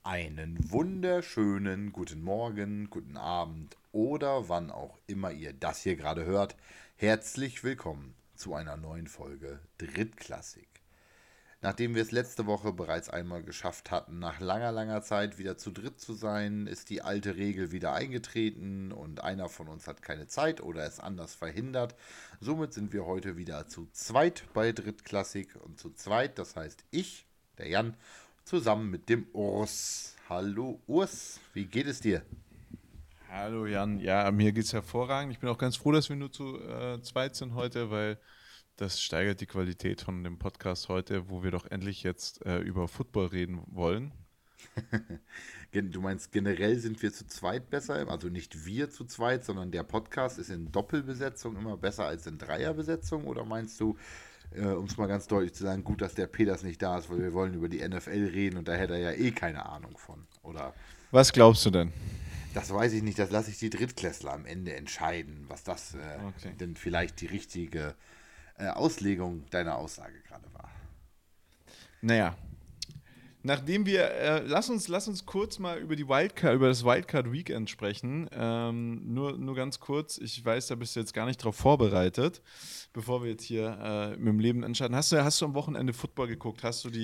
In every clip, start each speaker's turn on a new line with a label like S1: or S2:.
S1: Einen wunderschönen guten Morgen, guten Abend oder wann auch immer ihr das hier gerade hört. Herzlich willkommen zu einer neuen Folge Drittklassik. Nachdem wir es letzte Woche bereits einmal geschafft hatten, nach langer, langer Zeit wieder zu dritt zu sein, ist die alte Regel wieder eingetreten und einer von uns hat keine Zeit oder ist anders verhindert. Somit sind wir heute wieder zu zweit bei Drittklassik und zu zweit, das heißt ich, der Jan, zusammen mit dem Urs. Hallo Urs, wie geht es dir?
S2: Hallo Jan, ja, mir geht's hervorragend. Ich bin auch ganz froh, dass wir nur zu zweit sind heute, weil das steigert die Qualität von dem Podcast heute, wo wir doch endlich jetzt über Football reden wollen.
S1: Du meinst, generell sind wir zu zweit besser? Also nicht wir zu zweit, sondern der Podcast ist in Doppelbesetzung immer besser als in Dreierbesetzung? Oder meinst du, um es mal ganz deutlich zu sagen, gut, dass der Peters nicht da ist, weil wir wollen über die NFL reden und da hätte er ja eh keine Ahnung von? Oder
S2: Was glaubst du denn?
S1: das weiß ich nicht, das lasse ich die Drittklässler am Ende entscheiden, was das
S2: Okay.
S1: denn vielleicht die richtige Auslegung deiner Aussage gerade war.
S2: Naja, nachdem wir, lass uns kurz mal über über das Wildcard Weekend sprechen. Nur ganz kurz, ich weiß, da bist du jetzt gar nicht drauf vorbereitet, bevor wir jetzt hier mit dem Leben entscheiden. Hast du am Wochenende Football geguckt?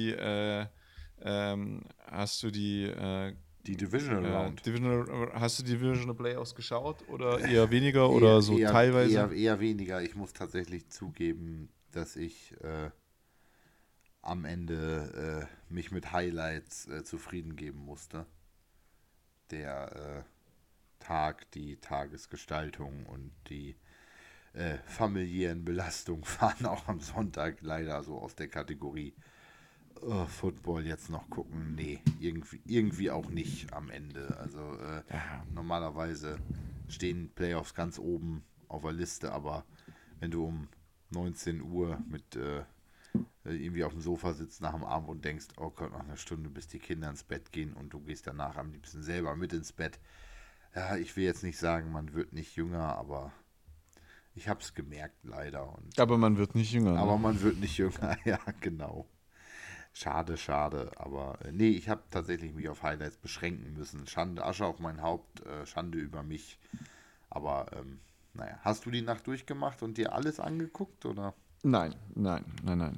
S2: Hast du
S1: Die Divisional Round.
S2: hast du die Divisional Playoffs geschaut oder eher weniger oder so teilweise?
S1: Eher weniger. Ich muss tatsächlich zugeben, dass ich am Ende mich mit Highlights zufrieden geben musste. Der Tag, die Tagesgestaltung und die familiären Belastungen waren auch am Sonntag leider so aus der Kategorie Football jetzt noch gucken. Nee, irgendwie auch nicht am Ende. Also
S2: Ja.
S1: normalerweise stehen Playoffs ganz oben auf der Liste, aber wenn du um 19 Uhr mit irgendwie auf dem Sofa sitzt nach dem Abend und denkst, oh Gott, noch eine Stunde, bis die Kinder ins Bett gehen und du gehst danach am liebsten selber mit ins Bett. Ja, ich will jetzt nicht sagen, man wird nicht jünger, aber ich habe es gemerkt leider.
S2: Aber man wird nicht jünger, ne?
S1: Aber man wird nicht jünger, ja, genau. Schade, schade. Aber nee, ich habe tatsächlich mich auf Highlights beschränken müssen. Schande, Asche auf mein Haupt, Schande über mich. Aber naja, hast du die Nacht durchgemacht und dir alles angeguckt, oder?
S2: Nein.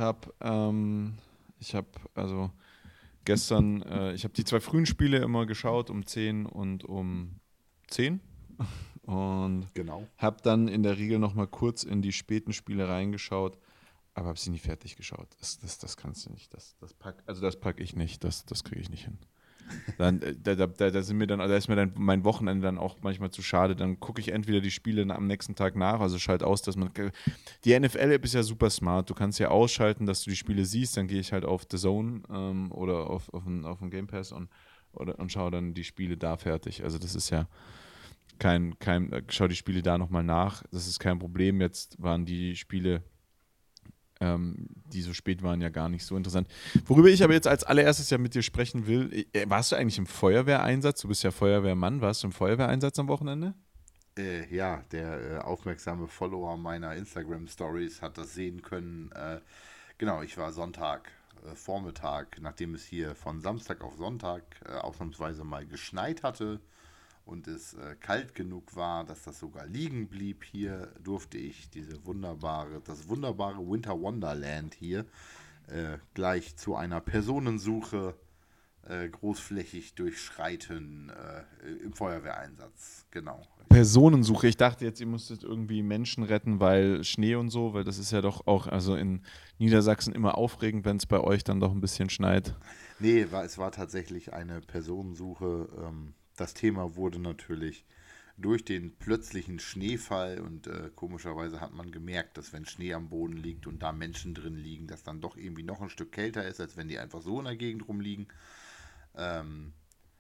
S2: Ich habe also gestern, ich habe die zwei frühen Spiele immer geschaut, um 10 und um 10 und
S1: Genau.
S2: habe dann in der Regel noch mal kurz in die späten Spiele reingeschaut, aber habe sie nie fertig geschaut. Das kannst du nicht. Das pack ich nicht. Das kriege ich nicht hin. Dann, da ist mir dann mein Wochenende dann auch manchmal zu schade. Dann gucke ich entweder die Spiele am nächsten Tag nach, also schalte aus, dass man. Die NFL-App ist ja super smart. Du kannst ja ausschalten, dass du die Spiele siehst. Dann gehe ich halt auf The Zone oder auf den Game Pass und schaue dann die Spiele da fertig. Also das ist ja schau die Spiele da nochmal nach. Das ist kein Problem. Jetzt waren die Spiele die so spät waren, ja gar nicht so interessant. Worüber ich aber jetzt als allererstes ja mit dir sprechen will, warst du eigentlich im Feuerwehreinsatz? Du bist ja Feuerwehrmann. Warst du im Feuerwehreinsatz am Wochenende?
S1: Ja, der aufmerksame Follower meiner Instagram-Stories hat das sehen können. Genau, ich war Sonntag Vormittag, nachdem es hier von Samstag auf Sonntag ausnahmsweise mal geschneit hatte und es kalt genug war, dass das sogar liegen blieb hier, durfte ich das wunderbare Winter Wonderland hier gleich zu einer Personensuche großflächig durchschreiten im Feuerwehreinsatz. Genau.
S2: Personensuche. Ich dachte jetzt, ihr musstet irgendwie Menschen retten, weil Schnee und so, weil das ist ja doch auch, also in Niedersachsen immer aufregend, wenn es bei euch dann doch ein bisschen schneit.
S1: Nee, es war tatsächlich eine Personensuche. Das Thema wurde natürlich durch den plötzlichen Schneefall und komischerweise hat man gemerkt, dass wenn Schnee am Boden liegt und da Menschen drin liegen, dass dann doch irgendwie noch ein Stück kälter ist, als wenn die einfach so in der Gegend rumliegen. Ähm,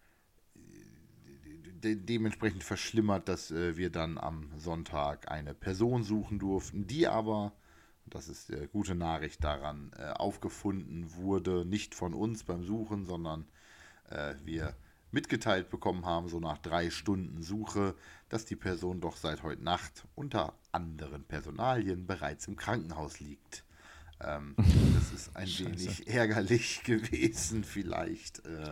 S1: Dementsprechend verschlimmert, dass wir dann am Sonntag eine Person suchen durften, die aber, das ist die gute Nachricht daran, aufgefunden wurde, nicht von uns beim Suchen, sondern wir mitgeteilt bekommen haben, so nach 3 Stunden Suche, dass die Person doch seit heute Nacht unter anderen Personalien bereits im Krankenhaus liegt. Das ist ein
S2: Scheiße.
S1: wenig ärgerlich gewesen vielleicht.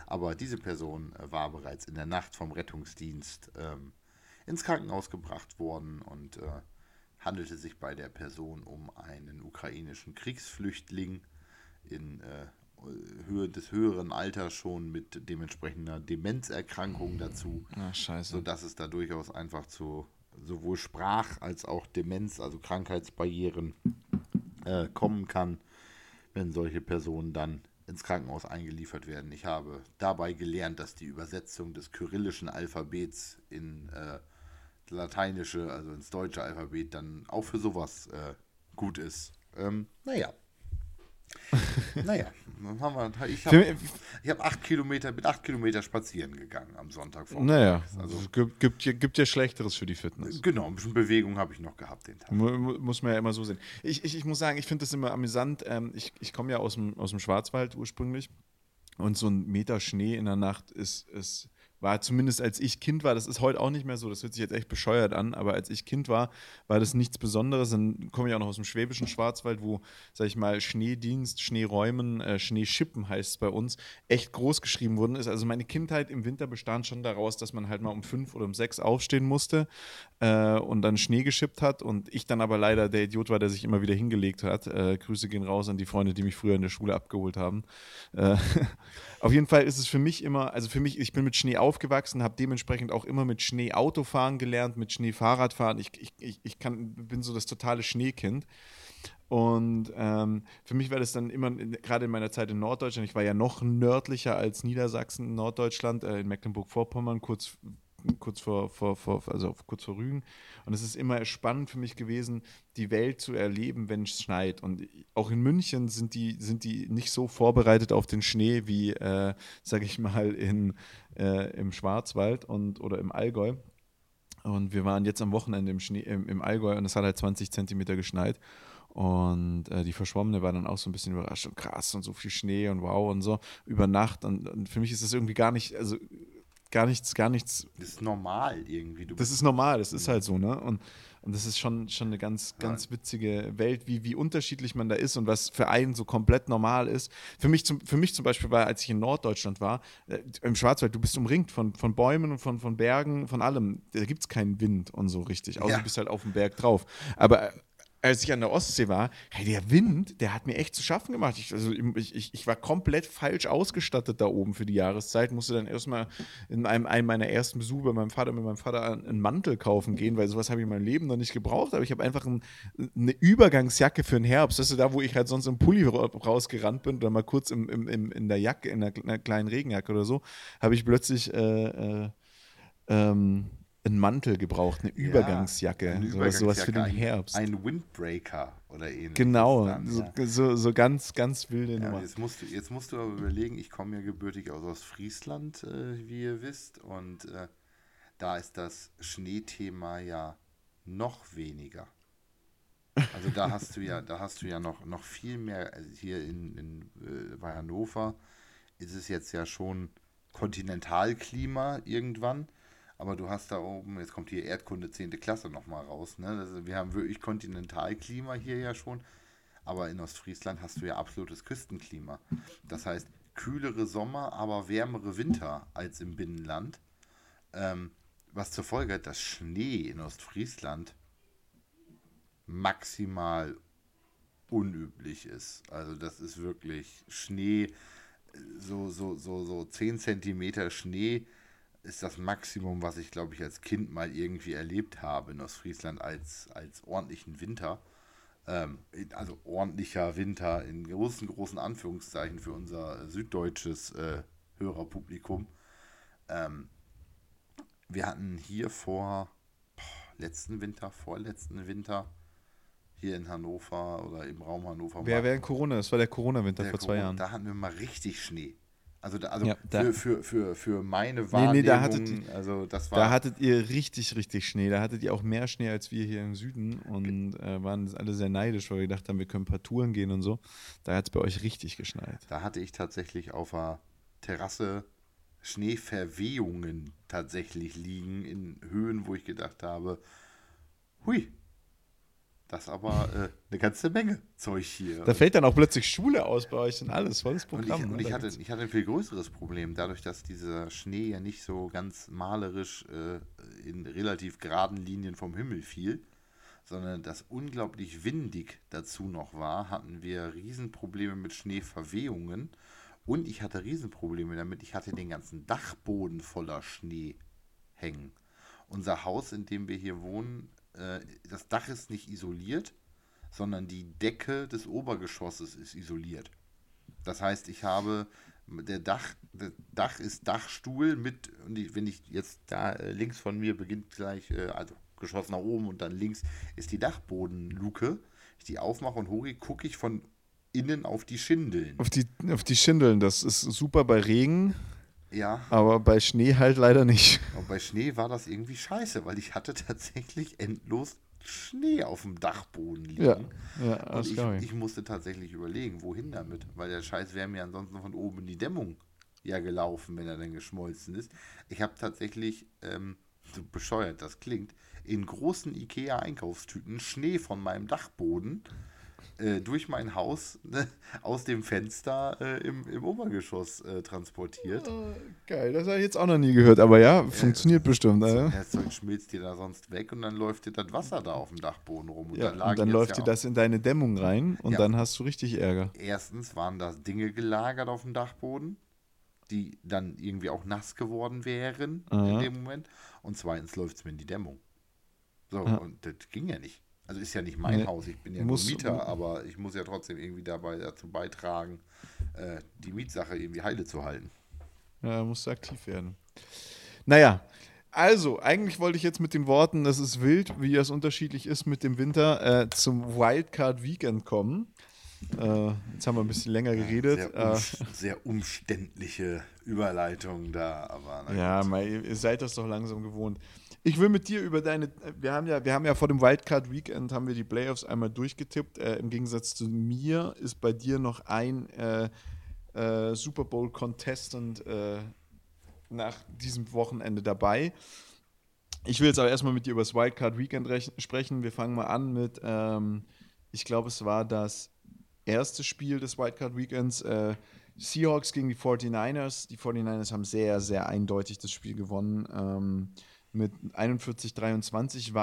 S1: Aber diese Person war bereits in der Nacht vom Rettungsdienst ins Krankenhaus gebracht worden und handelte sich bei der Person um einen ukrainischen Kriegsflüchtling in Höhe des höheren Alters schon mit dementsprechender Demenzerkrankung dazu,
S2: Ach, scheiße.
S1: sodass es da durchaus einfach zu sowohl Sprach- als auch Demenz, also Krankheitsbarrieren kommen kann, wenn solche Personen dann ins Krankenhaus eingeliefert werden. Ich habe dabei gelernt, dass die Übersetzung des kyrillischen Alphabets in lateinische, also ins deutsche Alphabet, dann auch für sowas gut ist. Naja. Naja, ich
S2: Für-
S1: hab 8 Kilometer, bin 8 Kilometer spazieren gegangen am Sonntag
S2: Naja,
S1: Also,
S2: gibt ja Schlechteres für die Fitness.
S1: genau, ein bisschen Bewegung habe ich noch gehabt den Tag.
S2: Muss man ja immer so sehen. Ich muss sagen, ich finde das immer amüsant. Ich komme ja aus dem Schwarzwald ursprünglich. Und so ein Meter Schnee in der Nacht war zumindest als ich Kind war, das ist heute auch nicht mehr so, das hört sich jetzt echt bescheuert an, aber als ich Kind war das nichts Besonderes. Dann komme ich auch noch aus dem schwäbischen Schwarzwald, wo, sag ich mal, Schneedienst, Schneeräumen, Schneeschippen heißt es bei uns, echt groß geschrieben worden ist. Also meine Kindheit im Winter bestand schon daraus, dass man halt mal um 5 oder um 6 aufstehen musste und dann Schnee geschippt hat und ich dann aber leider der Idiot war, der sich immer wieder hingelegt hat. Grüße gehen raus an die Freunde, die mich früher in der Schule abgeholt haben. Äh, Auf jeden Fall ist es für mich immer, also für mich, ich bin mit Schnee aufgewachsen, habe dementsprechend auch immer mit Schnee Autofahren gelernt, mit Schnee Fahrradfahren. Bin so das totale Schneekind. Und für mich war das dann immer, gerade in meiner Zeit in Norddeutschland, ich war ja noch nördlicher als Niedersachsen in Norddeutschland, in Mecklenburg-Vorpommern, also kurz vor Rügen. Und es ist immer spannend für mich gewesen, die Welt zu erleben, wenn es schneit. Und auch in München sind die nicht so vorbereitet auf den Schnee wie, sage ich mal, im Schwarzwald oder im Allgäu. Und wir waren jetzt am Wochenende im Allgäu und es hat halt 20 Zentimeter geschneit. Und die Verschwommene war dann auch so ein bisschen überrascht und krass und so viel Schnee und wow und so über Nacht. Und für mich ist das irgendwie gar nicht, also gar nichts.
S1: Das ist normal irgendwie.
S2: Das ist normal, das ist halt so, ne? Und das ist schon eine ganz witzige Welt, wie unterschiedlich man da ist und was für einen so komplett normal ist. Für mich zum Beispiel war, als ich in Norddeutschland war, im Schwarzwald, du bist umringt von Bäumen und von Bergen, von allem. Da gibt es keinen Wind und so richtig, außer
S1: Ja.
S2: du bist halt auf dem Berg drauf. Aber als ich an der Ostsee war, hey, der Wind, der hat mir echt zu schaffen gemacht. Ich war komplett falsch ausgestattet da oben für die Jahreszeit. Musste dann erstmal in einem meiner ersten Besuche mit meinem Vater einen Mantel kaufen gehen, weil sowas habe ich in meinem Leben noch nicht gebraucht. Aber ich habe einfach eine Übergangsjacke für den Herbst. Das ist da, wo ich halt sonst im Pulli rausgerannt bin oder mal kurz in der Jacke, in einer kleinen Regenjacke oder so, habe ich plötzlich einen Mantel gebraucht, eine
S1: Ja,
S2: Übergangsjacke,
S1: eine
S2: sowas für den
S1: Übergangsjacke,
S2: Herbst.
S1: ein Windbreaker oder ähnliches.
S2: Genau,
S1: Dann, ja.
S2: so ganz wilde
S1: Ja,
S2: Nummer.
S1: jetzt musst du aber überlegen, ich komme ja gebürtig aus Ostfriesland, wie ihr wisst, und da ist das Schneethema ja noch weniger. Also da hast du ja noch viel mehr. Also hier bei Hannover ist es jetzt ja schon Kontinentalklima irgendwann. Aber du hast da oben, jetzt kommt hier Erdkunde 10. Klasse nochmal raus. Ne? Wir haben wirklich Kontinentalklima hier ja schon. Aber in Ostfriesland hast du ja absolutes Küstenklima. Das heißt, kühlere Sommer, aber wärmere Winter als im Binnenland. Ähm, Was zur Folge hat, dass Schnee in Ostfriesland maximal unüblich ist. Also das ist wirklich Schnee, so 10 Zentimeter Schnee ist das Maximum, was ich, glaube ich, als Kind mal irgendwie erlebt habe in Ostfriesland als ordentlichen Winter. Also ordentlicher Winter in großen Anführungszeichen für unser süddeutsches Hörerpublikum. Ähm, Wir hatten hier vorletzten Winter, hier in Hannover oder im Raum Hannover
S2: Während Corona, das war der Corona-Winter vor 2 Jahren.
S1: da hatten wir mal richtig Schnee. Also
S2: Ja, da,
S1: für meine
S2: nee,
S1: Wahrnehmung, also das
S2: da
S1: war,
S2: hattet ihr richtig Schnee. Da hattet ihr auch mehr Schnee als wir hier im Süden und waren alle sehr neidisch, weil wir gedacht haben, wir können ein paar Touren gehen und so. Da hat es bei euch richtig geschneit.
S1: da hatte ich tatsächlich auf der Terrasse Schneeverwehungen tatsächlich liegen in Höhen, wo ich gedacht habe, hui, Das ist aber eine ganze Menge Zeug hier.
S2: Da fällt dann auch plötzlich Schule aus bei euch und alles, volles Programm.
S1: Und
S2: ne?
S1: ich hatte ein viel größeres Problem, dadurch, dass dieser Schnee ja nicht so ganz malerisch in relativ geraden Linien vom Himmel fiel, sondern das unglaublich windig dazu noch war, hatten wir Riesenprobleme mit Schneeverwehungen und ich hatte Riesenprobleme damit, ich hatte den ganzen Dachboden voller Schnee hängen. Unser Haus, in dem wir hier wohnen, das Dach ist nicht isoliert, sondern die Decke des Obergeschosses ist isoliert. Das heißt, das Dach ist Dachstuhl mit, und wenn ich jetzt da links von mir beginnt gleich, also Geschoss nach oben und dann links ist die Dachbodenluke. Ich die aufmache und hochgehe, gucke ich von innen auf die Schindeln.
S2: Auf die Schindeln, das ist super bei Regen,
S1: Ja,
S2: aber bei Schnee halt leider nicht.
S1: und bei Schnee war das irgendwie scheiße, weil ich hatte tatsächlich endlos Schnee auf dem Dachboden
S2: Ja,
S1: liegen.
S2: ja,
S1: Und
S2: das glaube ich.
S1: ich musste tatsächlich überlegen, wohin damit, weil der Scheiß wäre mir ansonsten von oben in die Dämmung ja gelaufen, wenn er dann geschmolzen ist. Ich habe tatsächlich, so bescheuert das klingt, in großen IKEA-Einkaufstüten Schnee von meinem Dachboden durch mein Haus aus dem Fenster im Obergeschoss transportiert.
S2: Geil, das habe ich jetzt auch noch nie gehört, aber ja, funktioniert bestimmt.
S1: Das Zeug schmilzt dir da sonst weg und dann läuft dir das Wasser da auf dem Dachboden rum. Und
S2: Ja,
S1: da lagen
S2: und dann
S1: jetzt
S2: läuft
S1: ja
S2: dir das in deine Dämmung rein und
S1: Ja.
S2: dann hast du richtig Ärger.
S1: erstens waren da Dinge gelagert auf dem Dachboden, die dann irgendwie auch nass geworden wären in
S2: Aha.
S1: dem Moment. Und zweitens läuft es mir in die Dämmung. So,
S2: Ja.
S1: und das ging ja nicht. Also ist ja nicht mein
S2: Nee.
S1: Haus, ich bin ja
S2: Muss-
S1: nur Mieter, aber ich muss ja trotzdem irgendwie dabei dazu beitragen, die Mietsache irgendwie heile zu halten.
S2: Ja, musst du aktiv werden. Naja, also, eigentlich wollte ich jetzt mit den Worten, das ist wild, wie das unterschiedlich ist mit dem Winter, zum Wildcard Weekend kommen. Jetzt haben wir ein bisschen länger geredet.
S1: Sehr umständliche Überleitung da, aber na
S2: Ja,
S1: gut.
S2: ihr seid das doch langsam gewohnt. Ich will mit dir über wir haben ja vor dem Wildcard Weekend haben wir die Playoffs einmal durchgetippt. Im Gegensatz zu mir ist bei dir noch ein Super Bowl Contestant nach diesem Wochenende dabei. Ich will jetzt aber erstmal mit dir über das Wildcard Weekend sprechen. Wir fangen mal an mit, ich glaube, es war das erste Spiel des Wildcard Weekends. Seahawks gegen die 49ers. Die 49ers haben sehr, sehr eindeutig das Spiel gewonnen. Mit 41-23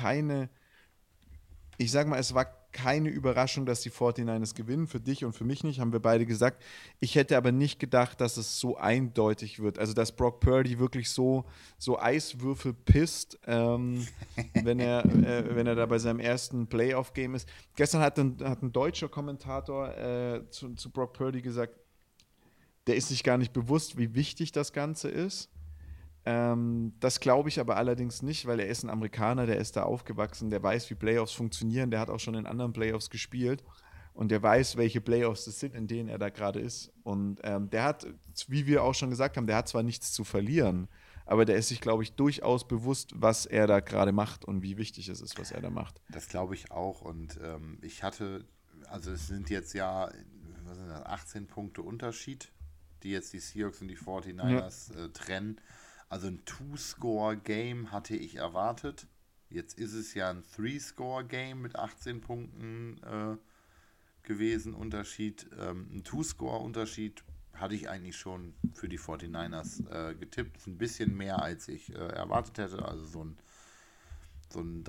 S2: ich sag mal, es war keine Überraschung, dass die 49ers gewinnen. Für dich und für mich nicht, haben wir beide gesagt. Ich hätte aber nicht gedacht, dass es so eindeutig wird. Also, dass Brock Purdy wirklich so Eiswürfel pisst, wenn er da bei seinem ersten Playoff-Game ist. Gestern hat ein deutscher Kommentator zu Brock Purdy gesagt, der ist sich gar nicht bewusst, wie wichtig das Ganze ist. Das glaube ich aber allerdings nicht, weil er ist ein Amerikaner, der ist da aufgewachsen, der weiß, wie Playoffs funktionieren, der hat auch schon in anderen Playoffs gespielt und der weiß, welche Playoffs es sind, in denen er da gerade ist. Und der hat, wie wir auch schon gesagt haben, der hat zwar nichts zu verlieren, aber der ist sich, glaube ich, durchaus bewusst, was er da gerade macht und wie wichtig es ist, was er da macht.
S1: Das glaube ich auch. Und also es sind jetzt ja, was sind das, 18 Punkte Unterschied, die jetzt die Seahawks und die 49ers trennen. Also ein Two-Score-Game hatte ich erwartet. Jetzt ist es ja ein Three-Score-Game mit 18 Punkten gewesen, Unterschied. Ein Two-Score-Unterschied hatte ich eigentlich schon für die 49ers getippt. Ist ein bisschen mehr, als ich erwartet hätte. Also so ein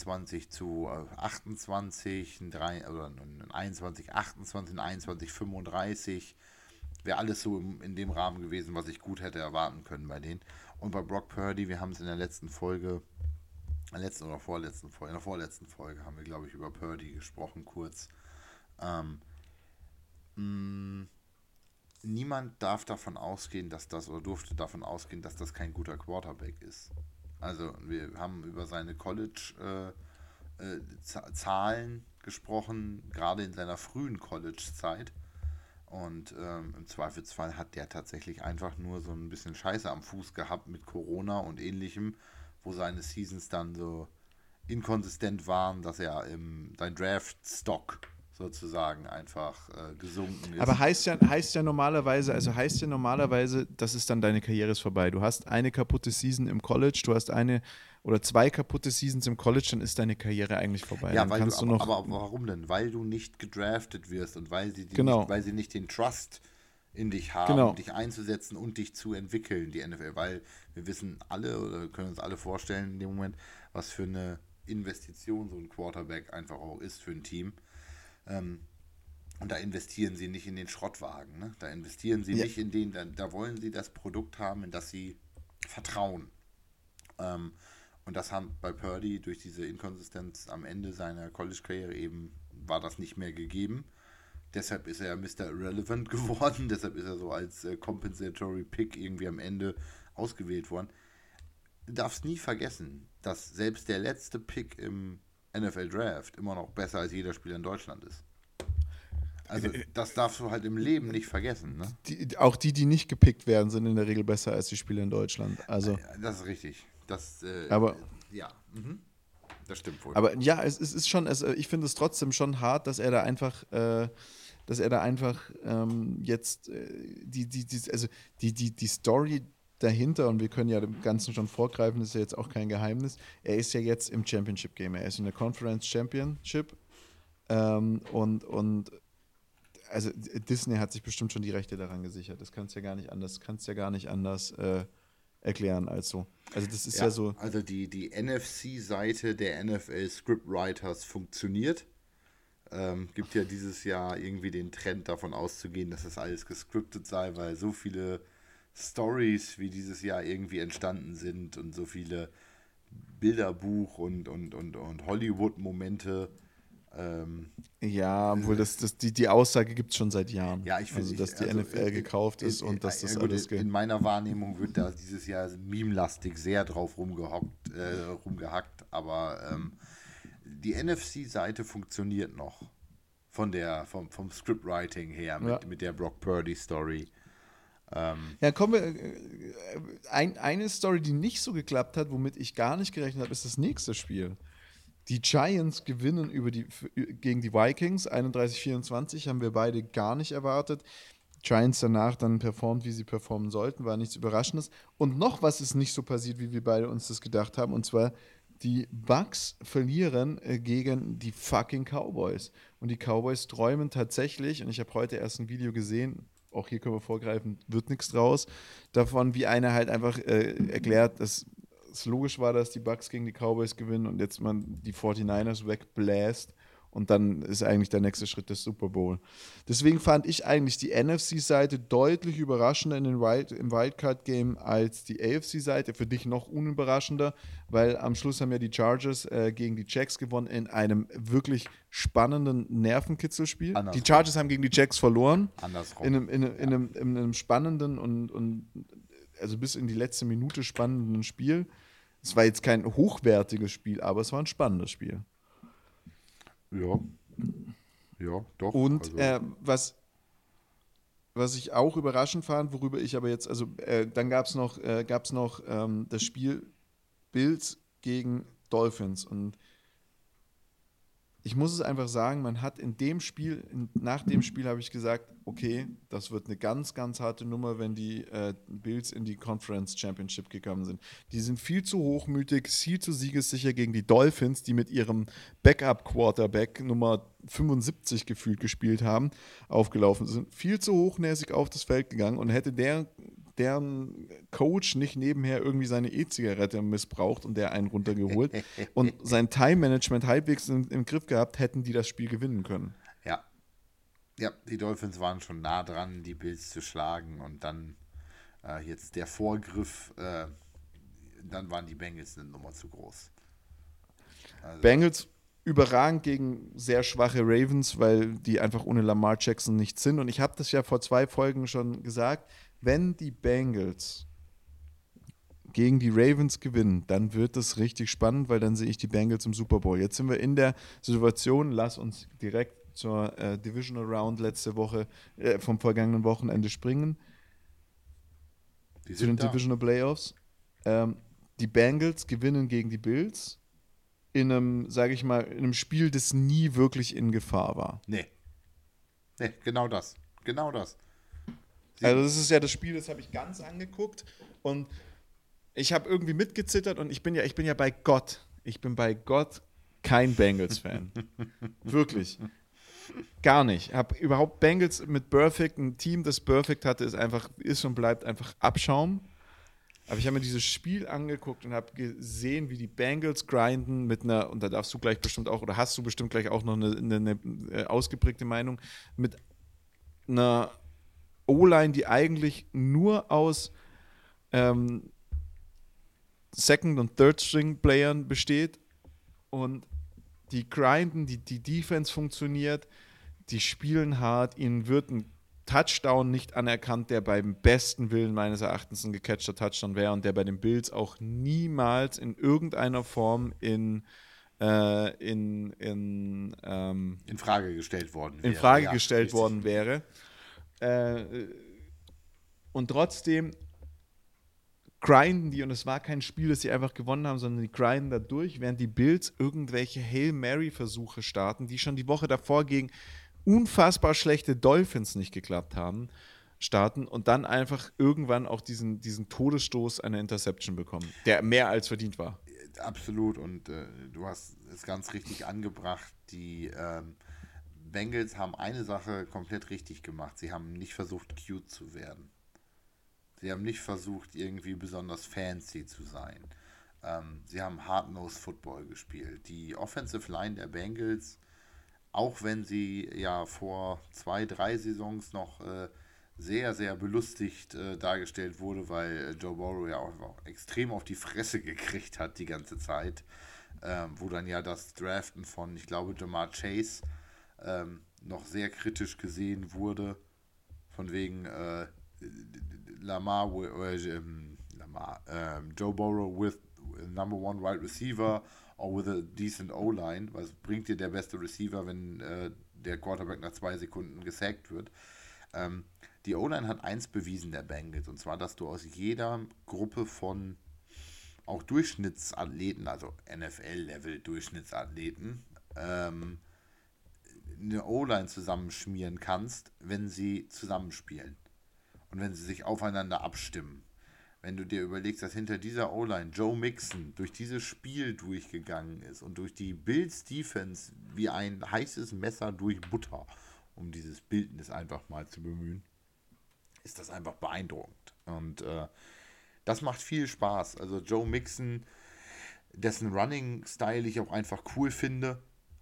S1: 23-28, oder ein 21-28, ein 21-35. Wäre alles so in dem Rahmen gewesen, was ich gut hätte erwarten können bei denen. Und bei Brock Purdy, wir haben es in der letzten Folge, in der vorletzten Folge haben wir, glaube ich, über Purdy gesprochen, kurz. Niemand darf davon ausgehen, oder durfte davon ausgehen, dass das kein guter Quarterback ist. Also wir haben über seine College-Zahlen gesprochen, gerade in seiner frühen College-Zeit. Und im Zweifelsfall hat der tatsächlich einfach nur so ein bisschen Scheiße am Fuß gehabt mit Corona und ähnlichem, wo seine Seasons dann so inkonsistent waren, dass er sein Draft-Stock sozusagen einfach gesunken ist.
S2: Aber heißt ja normalerweise, das ist dann deine Karriere ist vorbei. Du hast eine kaputte Season im College, du hast eine oder zwei kaputte Seasons im College, dann ist deine Karriere eigentlich vorbei.
S1: Ja,
S2: Dann kannst du noch.
S1: aber warum denn? Weil du nicht gedraftet wirst und
S2: Genau,
S1: weil sie nicht den Trust in dich haben,
S2: genau.
S1: dich einzusetzen und dich zu entwickeln, die NFL. Weil wir wissen alle oder können uns alle vorstellen in dem Moment, was für eine Investition so ein Quarterback einfach auch ist für ein Team. Und da investieren sie nicht in den Schrottwagen. Ne? Da investieren sie
S2: Ja,
S1: nicht in den, da wollen sie das Produkt haben, in das sie vertrauen. Ähm, und das haben bei Purdy durch diese Inkonsistenz am Ende seiner College-Karriere eben, war das nicht mehr gegeben. Deshalb ist er Mr. Irrelevant geworden. Deshalb ist er so als Compensatory Pick irgendwie am Ende ausgewählt worden. Du darfst nie vergessen, dass selbst der letzte Pick im NFL Draft immer noch besser als jeder Spieler in Deutschland ist. Also das darfst du halt im Leben nicht vergessen, ne?
S2: Auch die nicht gepickt werden, sind in der Regel besser als die Spieler in Deutschland. Also,
S1: Das ist richtig.
S2: aber,
S1: Ja, das stimmt wohl.
S2: aber ja, es ist schon, ich finde es trotzdem schon hart, dass er da einfach jetzt die Story dahinter, und wir können ja dem Ganzen schon vorgreifen, das ist ja jetzt auch kein Geheimnis. Er ist ja jetzt im Championship Game, er ist in der Conference Championship und also Disney hat sich bestimmt schon die Rechte daran gesichert. Das kannst du ja gar nicht anders erklären als so. Also das ist ja so.
S1: Also die NFC-Seite der NFL Scriptwriters funktioniert. Gibt ja dieses Jahr irgendwie den Trend davon auszugehen, dass das alles gescriptet sei, weil so viele Stories wie dieses Jahr irgendwie entstanden sind und so viele Bilderbuch und Hollywood-Momente.
S2: Ja, obwohl die Aussage gibt es schon seit Jahren.
S1: Ja, ich finde,
S2: also, dass die NFL gekauft ist und dass das
S1: ja gut,
S2: alles
S1: in meiner Wahrnehmung wird da dieses Jahr meme-lastig sehr drauf rumgehackt, aber die NFC-Seite funktioniert noch vom Scriptwriting her
S2: Ja.
S1: mit der Brock Purdy-Story.
S2: Ja, kommen wir. Eine Story, die nicht so geklappt hat, womit ich gar nicht gerechnet habe, ist das nächste Spiel. Die Giants gewinnen gegen die Vikings 31-24, haben wir beide gar nicht erwartet. Giants danach dann performt, wie sie performen sollten, war nichts Überraschendes. Und noch was ist nicht so passiert, wie wir beide uns das gedacht haben, und zwar die Bucks verlieren gegen die fucking Cowboys. Und die Cowboys träumen tatsächlich, und ich habe heute erst ein Video gesehen, auch hier können wir vorgreifen, wird nichts draus, davon, wie einer halt einfach erklärt, dass es logisch war, dass die Bucks gegen die Cowboys gewinnen und jetzt man die 49ers wegbläst und dann ist eigentlich der nächste Schritt der Super Bowl. Deswegen fand ich eigentlich die NFC-Seite deutlich überraschender im Wildcard-Game als die AFC-Seite. Für dich noch unüberraschender, weil am Schluss haben ja die Chargers gegen die Jacks gewonnen in einem wirklich spannenden Nervenkitzelspiel. Die Chargers haben gegen die Jacks verloren.
S1: Andersrum.
S2: In einem spannenden und also bis in die letzte Minute spannenden Spiel. Es war jetzt kein hochwertiges Spiel, aber es war ein spannendes Spiel.
S1: Ja, doch.
S2: Und
S1: also.
S2: was ich auch überraschend fand, worüber ich aber jetzt, also dann gab es noch das Spiel Bills gegen Dolphins. Und ich muss es einfach sagen, man hat nach dem Spiel habe ich gesagt, okay, das wird eine ganz, ganz harte Nummer, wenn die Bills in die Conference Championship gekommen sind. Die sind viel zu hochmütig, viel zu siegessicher gegen die Dolphins, die mit ihrem Backup-Quarterback Nummer 75 gefühlt gespielt haben, aufgelaufen sind. Viel zu hochnäsig auf das Feld gegangen und hätte deren Coach nicht nebenher irgendwie seine E-Zigarette missbraucht und der einen runtergeholt und sein Time-Management halbwegs im Griff gehabt, hätten die das Spiel gewinnen können.
S1: Ja, die Dolphins waren schon nah dran, die Bills zu schlagen und dann jetzt der Vorgriff, dann waren die Bengals eine Nummer zu groß. Also,
S2: Bengals überragend gegen sehr schwache Ravens, weil die einfach ohne Lamar Jackson nichts sind. Und ich habe das ja vor 2 Folgen schon gesagt, wenn die Bengals gegen die Ravens gewinnen, dann wird das richtig spannend, weil dann sehe ich die Bengals im Super Bowl. Jetzt sind wir in der Situation, lass uns direkt zur Divisional Round letzte Woche, vom vergangenen Wochenende springen, zu den Divisional Playoffs. Die Bengals gewinnen gegen die Bills. in einem, sage ich mal, in einem Spiel, das nie wirklich in Gefahr war.
S1: Nee. Nee, genau das. Genau das.
S2: Also das ist ja das Spiel, das habe ich ganz angeguckt und ich habe irgendwie mitgezittert und ich bin ja bei Gott. Ich bin bei Gott kein Bengals-Fan. Wirklich. Gar nicht. Habe überhaupt Bengals mit Perfect, ein Team, das Perfect hatte, ist und bleibt einfach Abschaum. Aber ich habe mir dieses Spiel angeguckt und habe gesehen, wie die Bengals grinden mit einer, und da darfst du gleich bestimmt auch, oder hast du bestimmt gleich auch noch eine ausgeprägte Meinung, mit einer O-Line, die eigentlich nur aus Second- und Third-String-Playern besteht und die grinden, die Defense funktioniert, die spielen hart, ihnen wird ein Touchdown nicht anerkannt, der beim besten Willen meines Erachtens ein gecatchter Touchdown wäre und der bei den Bills auch niemals in irgendeiner Form in
S1: Frage gestellt worden
S2: in
S1: wäre.
S2: Frage
S1: Ja,
S2: gestellt
S1: richtig.
S2: worden wäre. Und trotzdem grinden die, und es war kein Spiel, das sie einfach gewonnen haben, sondern die grinden da durch, während die Bills irgendwelche Hail Mary-Versuche starten, die schon die Woche davor gegen unfassbar schlechte Dolphins nicht geklappt haben, starten und dann einfach irgendwann auch diesen Todesstoß einer Interception bekommen, der mehr als verdient war.
S1: Absolut, und du hast es ganz richtig angebracht. Die Bengals haben eine Sache komplett richtig gemacht. Sie haben nicht versucht, cute zu werden. Sie haben nicht versucht, irgendwie besonders fancy zu sein. Sie haben Hard-Nosed Football gespielt. Die Offensive Line der Bengals, auch wenn sie ja vor 2, 3 Saisons noch sehr, sehr belustigt dargestellt wurde, weil Joe Burrow ja auch extrem auf die Fresse gekriegt hat die ganze Zeit, wo dann ja das Draften von, ich glaube, Jamar Chase noch sehr kritisch gesehen wurde, von wegen Joe Burrow with number one wide receiver or with a decent O-Line. Was bringt dir der beste Receiver, wenn der Quarterback nach 2 Sekunden gesackt wird? Die O-Line hat eins bewiesen, der Bengals, und zwar, dass du aus jeder Gruppe von auch Durchschnittsathleten, also NFL-Level-Durchschnittsathleten, eine O-Line zusammenschmieren kannst, wenn sie zusammenspielen und wenn sie sich aufeinander abstimmen. Wenn du dir überlegst, dass hinter dieser O-Line Joe Mixon durch dieses Spiel durchgegangen ist und durch die Bills Defense wie ein heißes Messer durch Butter, um dieses Bildnis einfach mal zu bemühen, ist das einfach beeindruckend. Und das macht viel Spaß. Also Joe Mixon, dessen Running-Style ich auch einfach cool finde,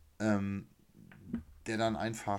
S1: der dann einfach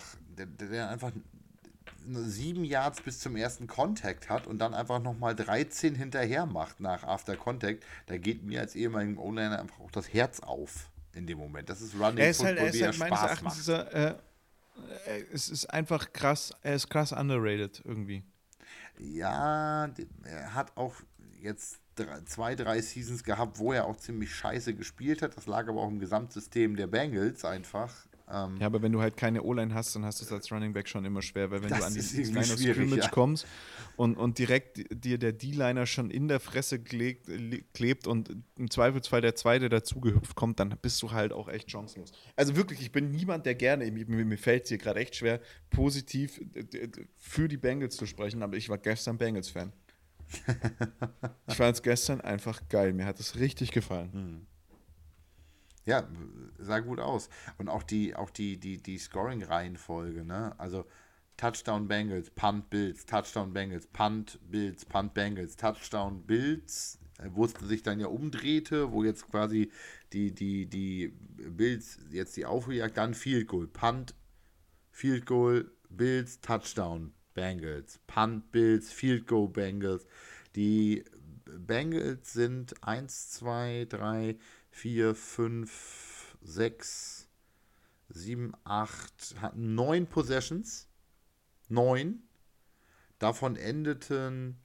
S1: 7 Yards bis zum ersten Contact hat und dann einfach nochmal 13 hinterher macht nach After Contact, da geht mir als ehemaligen O-Liner einfach auch das Herz auf in dem Moment. Das ist Running Football, wie er
S2: meines
S1: Spaß
S2: Erachtens
S1: macht.
S2: es ist einfach krass, er ist krass underrated irgendwie.
S1: Ja, er hat auch jetzt 2, 3 Seasons gehabt, wo er auch ziemlich scheiße gespielt hat. Das lag aber auch im Gesamtsystem der Bengals einfach.
S2: Ja, aber wenn du halt keine O-Line hast, dann hast du es als Running Back schon immer schwer, weil wenn du an die Line of Scrimmage kommst und direkt dir der D-Liner schon in der Fresse klebt und im Zweifelsfall der Zweite dazugehüpft kommt, dann bist du halt auch echt chancenlos. Also wirklich, ich bin niemand, der gerne, mir fällt es hier gerade echt schwer, positiv für die Bengals zu sprechen, aber ich war gestern Bengals-Fan. Ich fand es gestern einfach geil, mir hat es richtig gefallen.
S1: Ja, sah gut aus. Und auch die Scoring-Reihenfolge, ne? Also Touchdown Bengals, Punt Bills, Touchdown Bengals, Punt Bills, Punt Bengals, Touchdown Bills, wo es sich dann ja umdrehte, wo jetzt quasi die Bills jetzt die Aufholjagd, dann Field Goal, Punt, Field Goal, Bills, Touchdown Bengals, Punt Bills, Field Goal Bengals. Die Bengals sind 1, 2, 3, 4, 5, 6, 7, 8, hatten 9 Possessions. 9. Davon endeten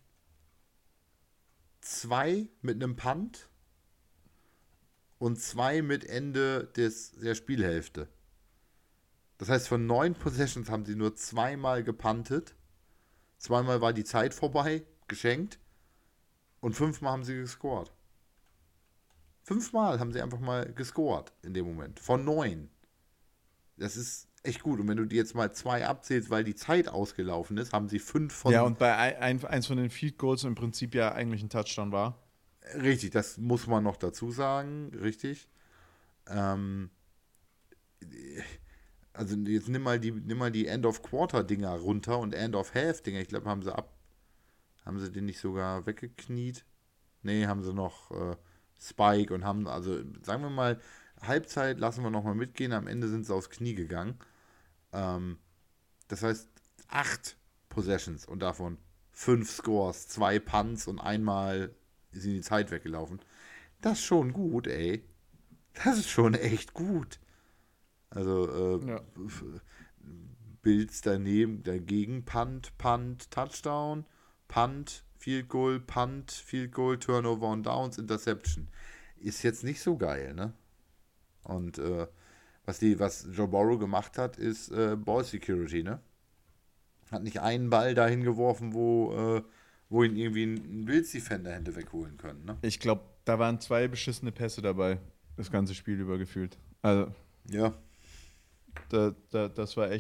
S1: 2 mit einem Punt und 2 mit Ende der Spielhälfte. Das heißt, von 9 Possessions haben sie nur 2-mal gepuntet. 2-mal war die Zeit vorbei, geschenkt. Und 5-mal haben sie gescored. 5-mal haben sie einfach mal gescored in dem Moment. Von 9. Das ist echt gut. Und wenn du die jetzt mal 2 abzählst, weil die Zeit ausgelaufen ist, haben sie 5
S2: Ja,
S1: von.
S2: und bei eins von den Field Goals im Prinzip ja eigentlich ein Touchdown war.
S1: Richtig, das muss man noch dazu sagen. Richtig. Ähm, also jetzt nimm mal die End-of-Quarter-Dinger runter und End-of-Half-Dinger. Ich glaube, haben sie den nicht sogar weggekniet? Nee, haben sie noch Spike und haben, also sagen wir mal, Halbzeit lassen wir nochmal mitgehen, am Ende sind sie aufs Knie gegangen. Ähm, Das heißt 8 Possessions und davon 5 Scores, 2 Punts und einmal ist ihnen die Zeit weggelaufen. Das ist schon gut, ey. Das ist schon echt gut. Also
S2: Ja.
S1: Bills dagegen, Punt, Touchdown, Punt, Field Goal, Turnover und Downs, Interception. Ist jetzt nicht so geil, ne? Und was Joe Burrow gemacht hat, ist Ball Security, ne? Hat nicht einen Ball dahin geworfen, wo ihn irgendwie ein Bills-Defender hätte wegholen können, ne?
S2: Ich glaube, da waren 2 beschissene Pässe dabei, das ganze Spiel über gefühlt. Also,
S1: Ja.
S2: das war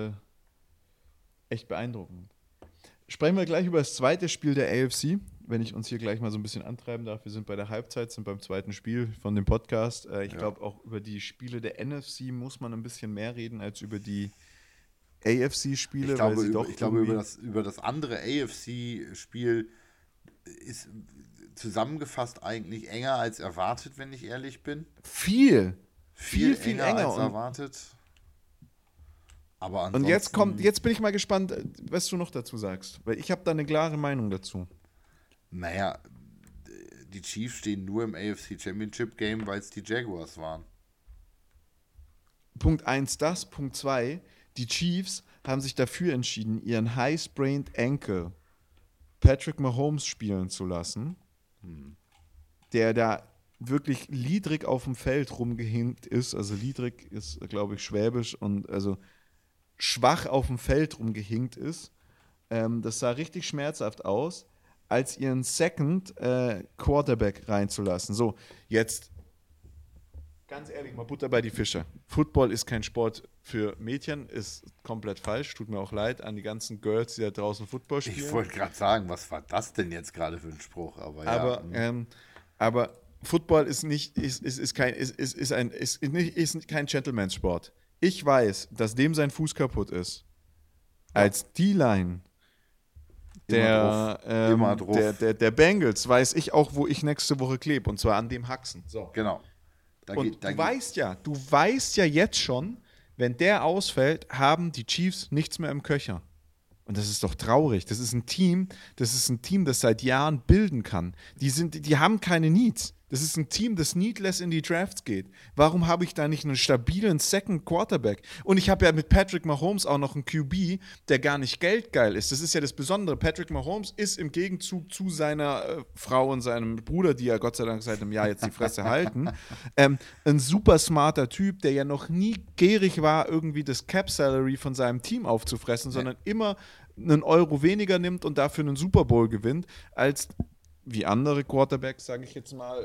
S2: echt beeindruckend. Sprechen wir gleich über das zweite Spiel der AFC, wenn ich uns hier gleich mal so ein bisschen antreiben darf. Wir sind bei der Halbzeit, sind beim zweiten Spiel von dem Podcast. Ich glaube, auch über die Spiele der NFC muss man ein bisschen mehr reden als über die AFC-Spiele, weil sie doch
S1: Ich glaube über das andere AFC-Spiel ist zusammengefasst eigentlich enger als erwartet, wenn ich ehrlich bin.
S2: viel
S1: Viel
S2: enger
S1: enger als
S2: und
S1: erwartet. Aber
S2: jetzt
S1: ansonsten,
S2: bin ich mal gespannt, was du noch dazu sagst, weil ich habe da eine klare Meinung dazu.
S1: naja, die Chiefs stehen nur im AFC Championship Game, weil es die Jaguars waren.
S2: Punkt 1 das, Punkt 2, die Chiefs haben sich dafür entschieden, ihren High-Sprained Ankle Patrick Mahomes spielen zu lassen, der da wirklich liedrig auf dem Feld rumgehinkt ist. Also liedrig ist, glaube ich, schwäbisch und also schwach auf dem Feld rumgehinkt ist. Das sah richtig schmerzhaft aus, als ihren Second Quarterback reinzulassen. So, jetzt ganz ehrlich, mal Butter bei die Fische. Football ist kein Sport für Mädchen, ist komplett falsch. Tut mir auch leid an die ganzen Girls, die da draußen Football spielen.
S1: Ich wollte gerade sagen, was war das denn jetzt gerade für ein Spruch? Aber
S2: Aber,
S1: ja.
S2: aber Football ist nicht, ist kein Gentleman's-Sport. Ich weiß, dass dem sein Fuß kaputt ist. Als D-Line
S1: Immer drauf.
S2: der Bengals weiß ich auch, wo ich nächste Woche klebe. Und zwar an dem Haxen. So.
S1: Genau.
S2: Und du weißt ja jetzt schon, wenn der ausfällt, haben die Chiefs nichts mehr im Köcher. Und das ist doch traurig. Das ist ein Team, das seit Jahren bilden kann. Die haben keine Needs. Das ist ein Team, das needless in die Drafts geht. Warum habe ich da nicht einen stabilen Second Quarterback? Und ich habe ja mit Patrick Mahomes auch noch einen QB, der gar nicht geldgeil ist. Das ist ja das Besondere. Patrick Mahomes ist im Gegenzug zu seiner Frau und seinem Bruder, die ja Gott sei Dank seit einem Jahr jetzt die Fresse halten, ein super smarter Typ, der ja noch nie gierig war, irgendwie das Cap-Salary von seinem Team aufzufressen, sondern immer einen Euro weniger nimmt und dafür einen Super Bowl gewinnt, als wie andere Quarterbacks, sage ich jetzt mal.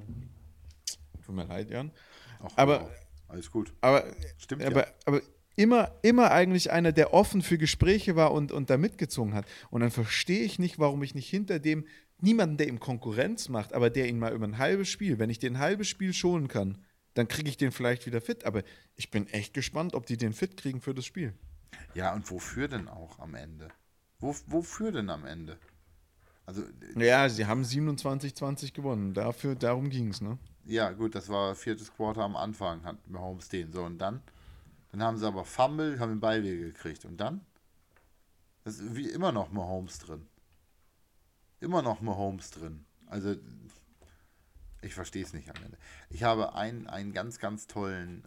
S2: Tut mir leid, Jan.
S1: Ach,
S2: Aber,
S1: alles gut.
S2: aber,
S1: Stimmt
S2: aber immer eigentlich einer, der offen für Gespräche war und da mitgezogen hat. Und dann verstehe ich nicht, warum ich nicht hinter dem, niemanden, der ihm Konkurrenz macht, aber der ihn mal über ein halbes Spiel, wenn ich den ein halbes Spiel schonen kann, dann kriege ich den vielleicht wieder fit. Aber ich bin echt gespannt, ob die den fit kriegen für das Spiel.
S1: Ja, und wofür denn auch am Ende? Wofür denn am Ende? Also,
S2: Ja, sie haben 27-20 gewonnen. Darum ging es, ne?
S1: ja, gut, das war 4. Quarter am Anfang, hat Mahomes den. So, und dann haben sie aber Fumble, haben den Ball wieder gekriegt. Und dann? Das ist wie immer noch Mahomes drin. Immer noch Mahomes drin. Also, ich verstehe es nicht am Ende. Ich habe einen ganz, ganz tollen,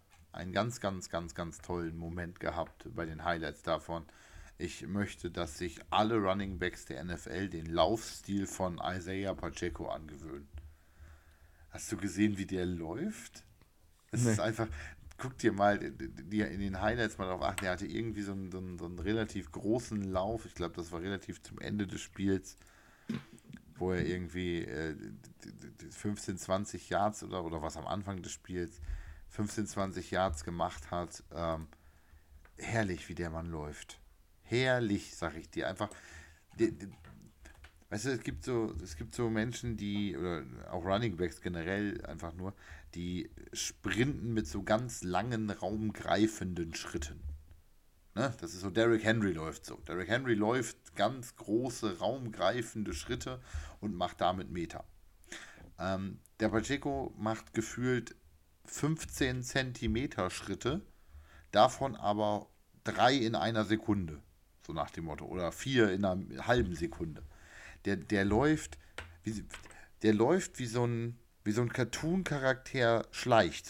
S1: ganz tollen Moment gehabt bei den Highlights davon. Ich möchte, dass sich alle Running Backs der NFL den Laufstil von Isaiah Pacheco angewöhnen. Hast du gesehen, wie der läuft? Es
S2: Nee.
S1: ist einfach, guck dir mal in den Highlights mal drauf achten. Er hatte irgendwie so einen relativ großen Lauf. Ich glaube, das war relativ zum Ende des Spiels, wo er irgendwie 15, 20 Yards oder was am Anfang des Spiels 15, 20 Yards gemacht hat. Herrlich, wie der Mann läuft. Herrlich, sag ich dir. Einfach, weißt du, es gibt so Menschen, die, oder auch Running Backs generell einfach nur, die sprinten mit so ganz langen, raumgreifenden Schritten. Ne? Das ist so, Derrick Henry läuft so. Derrick Henry läuft ganz große, raumgreifende Schritte und macht damit Meter. Der Pacheco macht gefühlt 15 Zentimeter Schritte, davon aber 3 in einer Sekunde. So nach dem Motto. Oder 4 in einer halben Sekunde. Der läuft, wie, der läuft wie so ein Cartoon-Charakter schleicht.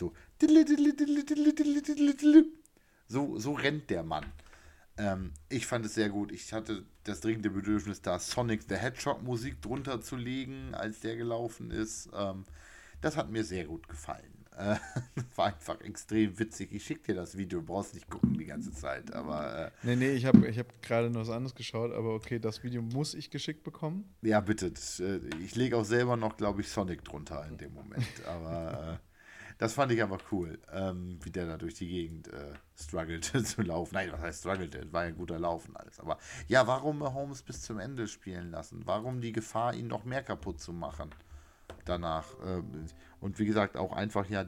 S1: So rennt der Mann. Ich fand es sehr gut. Ich hatte das dringende Bedürfnis, da Sonic the Hedgehog Musik drunter zu legen, als der gelaufen ist. Das hat mir sehr gut gefallen. War einfach extrem witzig. Ich schicke dir das Video, du brauchst nicht gucken die ganze Zeit. Aber
S2: Nee, ich hab gerade noch was anderes geschaut, aber okay, das Video muss ich geschickt bekommen.
S1: ja, bitte. Ich lege auch selber noch, glaube ich, Sonic drunter in dem Moment. Aber das fand ich einfach cool, wie der da durch die Gegend struggelte zu laufen. Nein, was heißt struggelte? War ja ein guter Lauf und alles. Aber ja, warum Mahomes bis zum Ende spielen lassen? Warum die Gefahr, ihn noch mehr kaputt zu machen danach? Und wie gesagt, auch einfach ja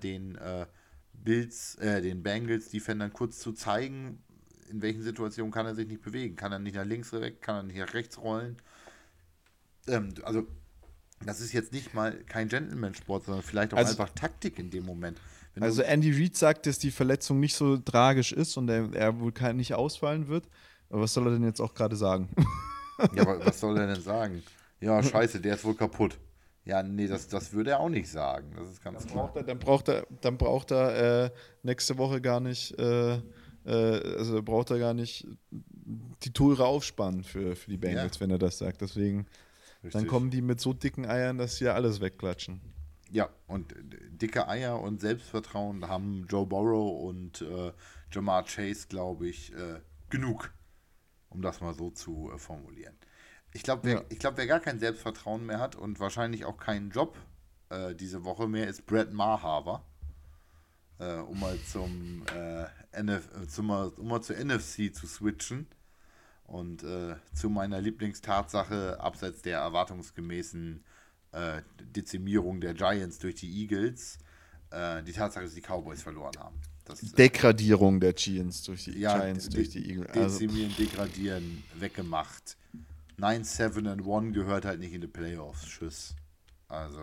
S1: den Bengals-Defendern kurz zu zeigen, in welchen Situationen kann er sich nicht bewegen. Kann er nicht nach links weg, kann er nicht nach rechts rollen. Also das ist jetzt nicht mal kein Gentleman-Sport, sondern vielleicht auch
S2: Also,
S1: einfach Taktik in dem Moment. Wenn
S2: also
S1: du,
S2: Andy Reid sagt, dass die Verletzung nicht so tragisch ist und er wohl nicht ausfallen wird. Aber was soll er denn jetzt auch gerade sagen?
S1: ja, was soll er denn sagen? Ja, scheiße, der ist wohl kaputt. Ja, nee, das würde er auch nicht sagen. Das ist ganz klar.
S2: Dann braucht er nächste Woche gar nicht, also braucht er gar nicht die Tore aufspannen für die
S1: Ja,
S2: Bengals, wenn er das sagt. Deswegen, dann
S1: richtig.
S2: kommen die mit so dicken Eiern, dass sie ja alles wegklatschen.
S1: Ja, und dicke Eier und Selbstvertrauen haben Joe Burrow und Jamar Chase, glaube ich, genug, um das mal so zu formulieren. Ich glaube,
S2: Ja.
S1: wer gar kein Selbstvertrauen mehr hat und wahrscheinlich auch keinen Job diese Woche mehr, ist Brett Maher. Um mal um mal zur NFC zu switchen und zu meiner Lieblingstatsache abseits der erwartungsgemäßen Dezimierung der Giants durch die Eagles, die Tatsache, dass die Cowboys verloren haben. Das,
S2: Degradierung der
S1: ja,
S2: Giants durch die Eagles. Also,
S1: dezimieren, degradieren, weggemacht. 9-7-1 gehört halt nicht in die Playoffs. Tschüss. Also,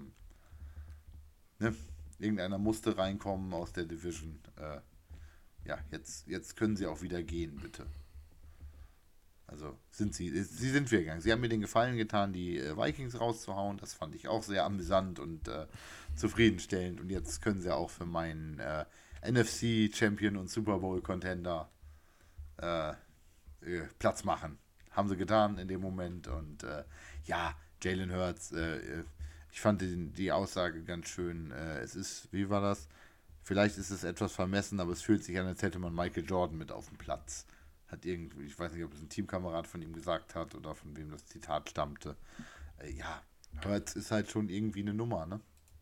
S1: ne? Irgendeiner musste reinkommen aus der Division. Ja, jetzt können sie auch wieder gehen, bitte. Also sie sind wir gegangen. Sie haben mir den Gefallen getan, die Vikings rauszuhauen. Das fand ich auch sehr amüsant und zufriedenstellend. Und jetzt können sie auch für meinen NFC-Champion und Super Bowl-Contender äh, Platz machen. Haben sie getan in dem Moment. Und ja, Jalen Hurts, ich fand die Aussage ganz schön. Wie war das? Vielleicht ist es etwas vermessen, aber es fühlt sich an, als hätte man Michael Jordan mit auf dem Platz. Hat irgendwie, ich weiß nicht, ob es ein Teamkamerad von ihm gesagt hat oder von wem das Zitat stammte. Ja, Hurts ist halt schon irgendwie eine Nummer, ne?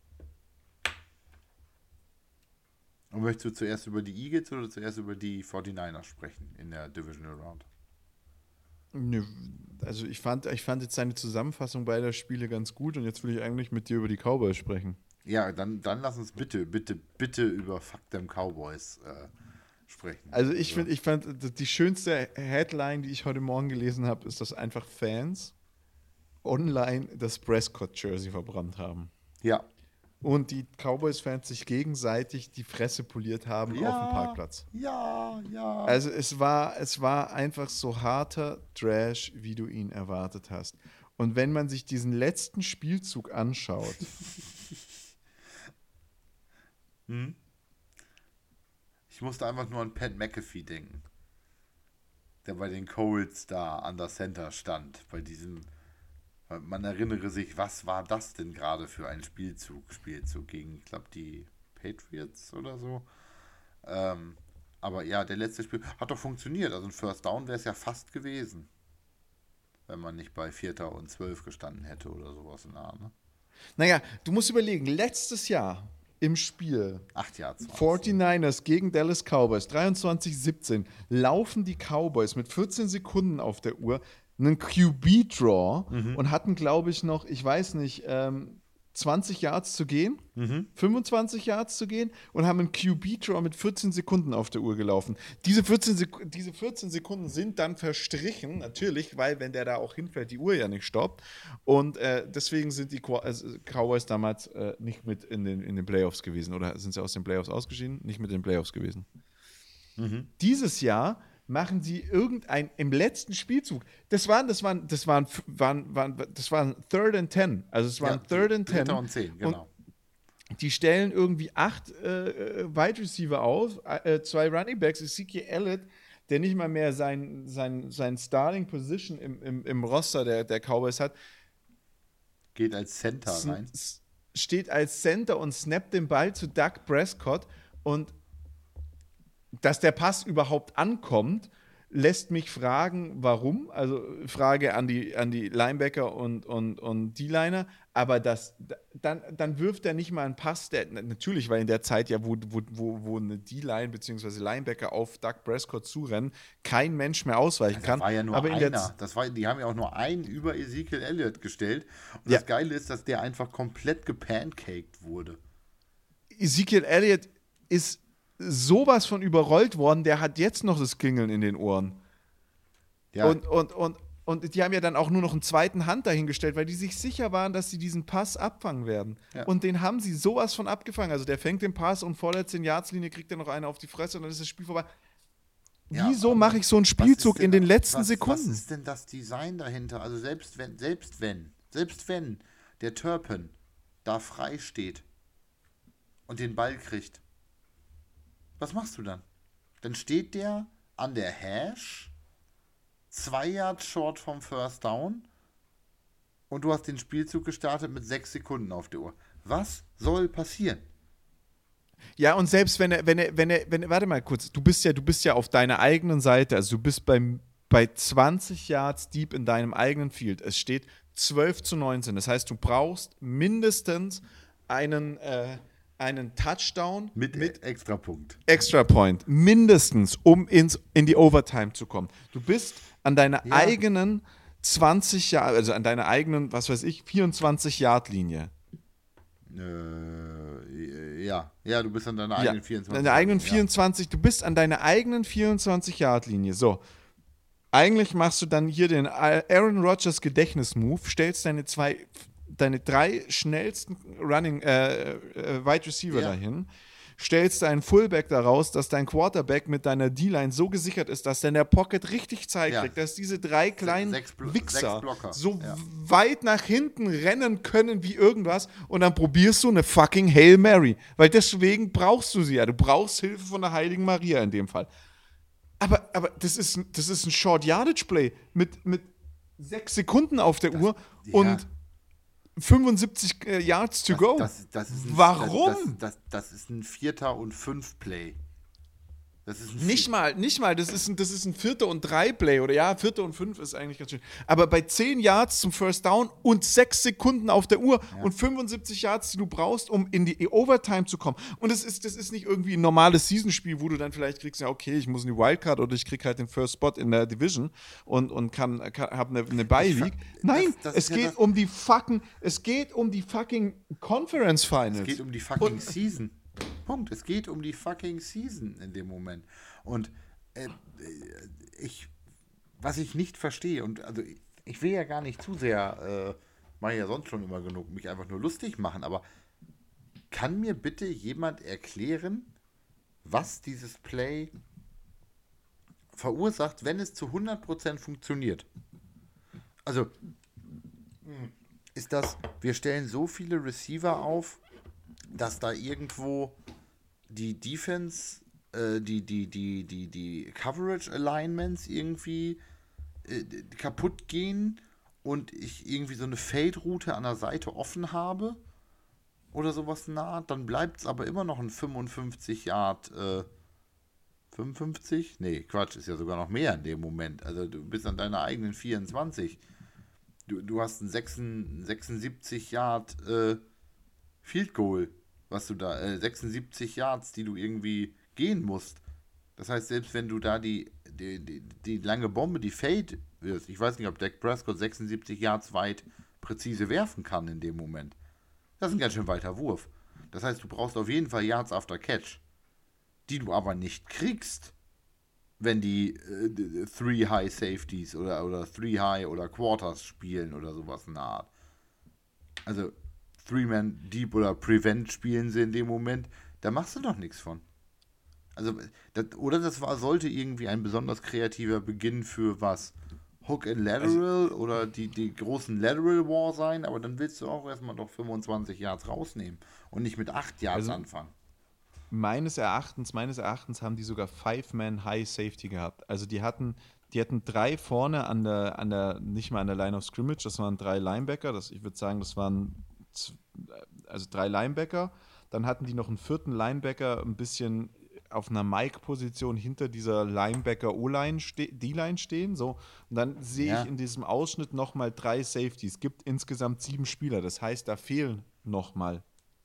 S1: Und möchtest du zuerst über die Eagles oder zuerst über die 49ers sprechen in der Divisional Round?
S2: nö, also ich fand jetzt seine Zusammenfassung beider Spiele ganz gut und jetzt will ich eigentlich mit dir über die Cowboys sprechen.
S1: Ja, dann lass uns bitte über Fuck them Cowboys sprechen.
S2: Also
S1: Also,
S2: ich fand die schönste Headline, die ich heute Morgen gelesen habe, ist, dass einfach Fans online das Prescott-Jersey verbrannt haben.
S1: ja.
S2: Und die Cowboys-Fans sich gegenseitig die Fresse poliert haben auf dem
S1: Ja,
S2: Parkplatz.
S1: ja, ja.
S2: Also es war einfach so harter Trash, wie du ihn erwartet hast. Und wenn man sich diesen letzten Spielzug anschaut,
S1: Hm? Ich musste einfach nur an Pat McAfee denken, der bei den Colts da an der Center stand. Bei diesem, man erinnere sich, was war das denn gerade für ein Spielzug gegen, ich glaube, die Patriots oder so. Aber ja, der letzte Spiel hat doch funktioniert. Also ein First Down wäre es ja fast gewesen. wenn man nicht bei 4. und 12 gestanden hätte oder sowas in der Art, ne?
S2: Naja, du musst überlegen, letztes Jahr im Spiel
S1: 8 Yards.
S2: 49ers gegen Dallas Cowboys, 23-17, laufen die Cowboys mit 14 Sekunden auf der Uhr einen QB-Draw und hatten, glaube ich, noch, ich weiß nicht, 20 Yards zu gehen, 25 Yards zu gehen und haben einen QB-Draw mit 14 Sekunden auf der Uhr gelaufen. Diese 14 Sekunden sind dann verstrichen, natürlich, weil wenn der da auch hinfällt, die Uhr ja nicht stoppt. Und deswegen sind die Cowboys damals nicht mit in den Playoffs gewesen. Oder sind sie aus den Playoffs ausgeschieden? Nicht mit in den Playoffs gewesen. Dieses Jahr machen sie im letzten Spielzug. Das waren Third and 10. Also es waren Third and 10.
S1: Und 10, genau.
S2: Und die stellen irgendwie 8 Wide Receiver auf, 2 Running Backs, Ezekiel Elliott, der nicht mal mehr sein Starting Position im Roster der Cowboys hat.
S1: Geht als Center rein.
S2: Steht als Center und snappt den Ball zu Dak Prescott und dass der Pass überhaupt ankommt, lässt mich fragen, warum. Also Frage an die Linebacker und D-Liner. Aber dann wirft er nicht mal einen Pass, der natürlich, weil in der Zeit ja, wo eine D-Line bzw. Linebacker auf Dak Prescott zurennen, kein Mensch mehr ausweichen kann.
S1: Das war ja nur
S2: aber
S1: einer. Die haben ja auch nur einen über Ezekiel Elliott gestellt. Und das Geile ist, dass der einfach komplett gepancaked wurde.
S2: Ezekiel Elliott ist sowas von überrollt worden, der hat jetzt noch das Klingeln in den Ohren. Ja. Und die haben ja dann auch nur noch einen zweiten Hand dahingestellt, weil die sich sicher waren, dass sie diesen Pass abfangen werden. Ja. Und den haben sie sowas von abgefangen. Also der fängt den Pass und vor der 10-Yards-Linie kriegt er noch eine auf die Fresse und dann ist das Spiel vorbei. Ja, wieso mache ich so einen Spielzug in den letzten Sekunden?
S1: Was ist denn das Design dahinter? Also selbst wenn der Turpin da frei steht und den Ball kriegt, was machst du dann? Dann steht der an der Hash, 2 Yards short vom First Down und du hast den Spielzug gestartet mit 6 Sekunden auf der Uhr. Was soll passieren?
S2: Ja, und selbst wenn er, warte mal kurz, du bist ja auf deiner eigenen Seite, also du bist bei 20 Yards deep in deinem eigenen Field. Es steht 12-19. Das heißt, du brauchst mindestens einen Touchdown
S1: mit Extrapunkt.
S2: Extra Point, mindestens, um in die Overtime zu kommen. Du bist an deiner eigenen 20 Yard, also an deiner eigenen, 24-Yard-Linie.
S1: Du bist an deiner eigenen 24.
S2: Deine eigenen 24, du bist an deiner eigenen 24-Yard-Linie. So. Eigentlich machst du dann hier den Aaron Rodgers Gedächtnis-Move, stellst deine 3 schnellsten Wide Receiver dahin, stellst deinen Fullback daraus, dass dein Quarterback mit deiner D-Line so gesichert ist, dass der in der Pocket richtig Zeit kriegt, dass diese 3 kleinen Wichser so weit nach hinten rennen können wie irgendwas und dann probierst du eine fucking Hail Mary, weil deswegen brauchst du sie ja. Du brauchst Hilfe von der Heiligen Maria in dem Fall. Aber das ist ein Short-Yardage-Play mit 6 Sekunden auf der Uhr und 75 Yards to go. Warum?
S1: Das ist ein 4. und 5 Play. Das ist
S2: nicht mal, das ist ein 4. und 3 Play oder 4. und 5 ist eigentlich ganz schön. Aber bei 10 Yards zum First Down und 6 Sekunden auf der Uhr und 75 Yards, die du brauchst, um in die Overtime zu kommen. Und das ist nicht irgendwie ein normales Seasonspiel, wo du dann vielleicht kriegst, ich muss in die Wildcard oder ich krieg halt den First Spot in der Division und habe eine Bye-Week. Nein, es geht um die fucking Conference Finals.
S1: Es geht um die fucking Season. Punkt. Es geht um die fucking Season in dem Moment. Und was ich nicht verstehe, und also ich will ja gar nicht zu sehr, mache ja sonst schon immer genug, mich einfach nur lustig machen, aber kann mir bitte jemand erklären, was dieses Play verursacht, wenn es zu 100% funktioniert? Also ist das, wir stellen so viele Receiver auf, dass da irgendwo die Defense, die Coverage Alignments irgendwie kaputt gehen und ich irgendwie so eine Fade-Route an der Seite offen habe oder sowas nah, dann bleibt es aber immer noch ein 55 Yard 55? Nee, Quatsch, ist ja sogar noch mehr in dem Moment. Also du bist an deiner eigenen 24. du hast ein 76 Yard Field Goal, was du da, 76 Yards, die du irgendwie gehen musst. Das heißt, selbst wenn du da die lange Bombe, die Fade wirst, ich weiß nicht, ob Dak Prescott 76 Yards weit präzise werfen kann in dem Moment. Das ist ein ganz schön weiter Wurf. Das heißt, du brauchst auf jeden Fall Yards after Catch, die du aber nicht kriegst, wenn die Three High Safeties oder Three High oder Quarters spielen oder sowas in der Art. Also Three-Man Deep oder Prevent spielen sie in dem Moment, da machst du doch nichts von. Also, sollte irgendwie ein besonders kreativer Beginn für was? Hook and Lateral oder die großen Lateral War sein, aber dann willst du auch erstmal doch 25 Yards rausnehmen und nicht mit 8 Yards anfangen.
S2: Meines Erachtens haben die sogar Five-Man High Safety gehabt. Also die hatten 3 vorne nicht mal an der Line of Scrimmage, das waren 3 Linebacker. Ich würde sagen, das waren 3 Linebacker. Dann hatten die noch einen 4. Linebacker ein bisschen auf einer Mike-Position hinter dieser Linebacker-O-Line, D-Line stehen. So. Und dann sehe ich in diesem Ausschnitt nochmal 3 Safeties. Es gibt insgesamt 7 Spieler. Das heißt, da fehlen nochmal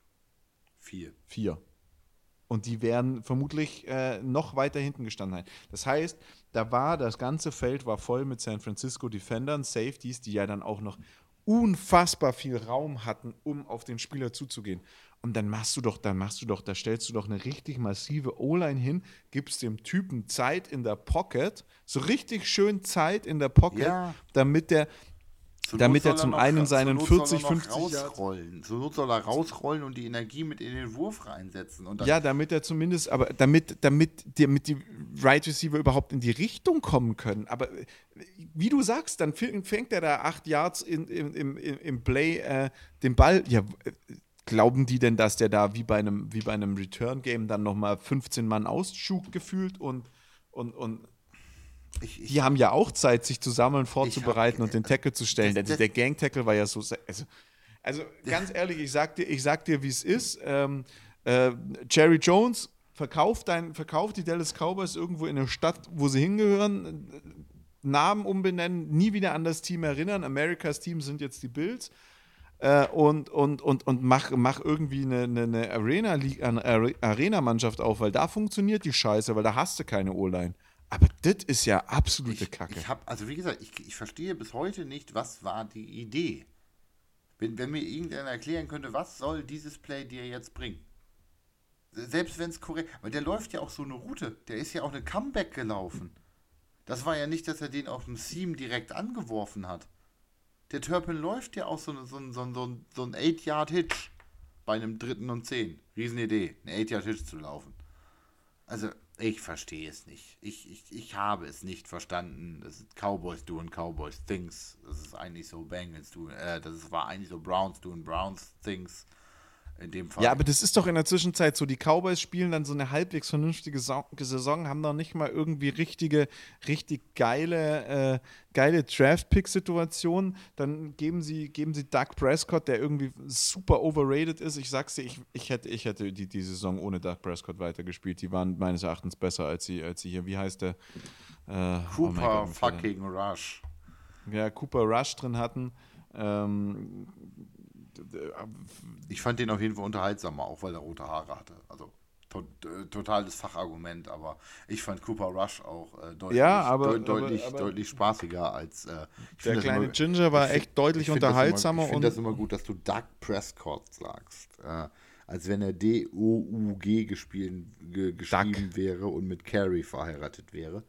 S2: 4. Und die werden vermutlich noch weiter hinten gestanden sein. Das heißt, das ganze Feld war voll mit San Francisco Defendern, Safeties, die ja dann auch noch unfassbar viel Raum hatten, um auf den Spieler zuzugehen. Und da stellst du doch eine richtig massive O-Line hin, gibst dem Typen Zeit in der Pocket, so richtig schön Zeit in der Pocket, damit er zum einen seinen 40, 50
S1: rausrollen. Zur Not soll er rausrollen und die Energie mit in den Wurf reinsetzen. Und
S2: damit er zumindest, aber damit die Right Receiver überhaupt in die Richtung kommen können. Aber wie du sagst, dann fängt er da 8 Yards im Play den Ball. Ja, glauben die denn, dass der da wie bei einem Return-Game dann nochmal 15 Mann ausschug gefühlt und die haben ja auch Zeit, sich zu sammeln, vorzubereiten und den Tackle zu stellen. Der Gang-Tackle war ja so. Also ganz ehrlich, ich sag dir, wie es ist. Jerry Jones, verkauft die Dallas Cowboys irgendwo in eine Stadt, wo sie hingehören, Namen umbenennen, nie wieder an das Team erinnern. Americas Team sind jetzt die Bills. Und mach irgendwie eine Arena-Mannschaft auf, weil da funktioniert die Scheiße, weil da hast du keine O-Line. Aber das ist ja absolute Kacke.
S1: Wie gesagt, ich verstehe bis heute nicht, was war die Idee. Wenn mir irgendeiner erklären könnte, was soll dieses Play dir jetzt bringen? Selbst wenn es korrekt, weil der läuft ja auch so eine Route. Der ist ja auch eine Comeback gelaufen. Das war ja nicht, dass er den auf dem Seam direkt angeworfen hat. Der Turpin läuft ja auch so ein 8-Yard-Hitch bei einem 3. und 10. Riesenidee, einen 8-Yard-Hitch zu laufen. Also, ich verstehe es nicht. Ich habe es nicht verstanden. Das ist Cowboys doing Cowboys Things. Das ist eigentlich so Bengals doing, war eigentlich so Browns doing Browns Things. In dem Fall.
S2: Ja, aber das ist doch in der Zwischenzeit so, die Cowboys spielen dann so eine halbwegs vernünftige Saison, haben noch nicht mal irgendwie richtig geile Draft-Pick-Situationen. Dann geben sie Dak Prescott, der irgendwie super overrated ist. Ich sag's dir, ich hätte die Saison ohne Dak Prescott weitergespielt. Die waren meines Erachtens besser als sie hier. Wie heißt der?
S1: Cooper fucking Rush.
S2: Ja, Cooper Rush drin hatten.
S1: Ich fand den auf jeden Fall unterhaltsamer, auch weil er rote Haare hatte. Also totales Fachargument, aber ich fand Cooper Rush auch deutlich spaßiger als
S2: der kleine Ginger war echt deutlich unterhaltsamer.
S1: Ich finde das immer gut, dass du Dak Prescott sagst. Als wenn er D-O-U-G geschrieben wäre und mit Carey verheiratet wäre.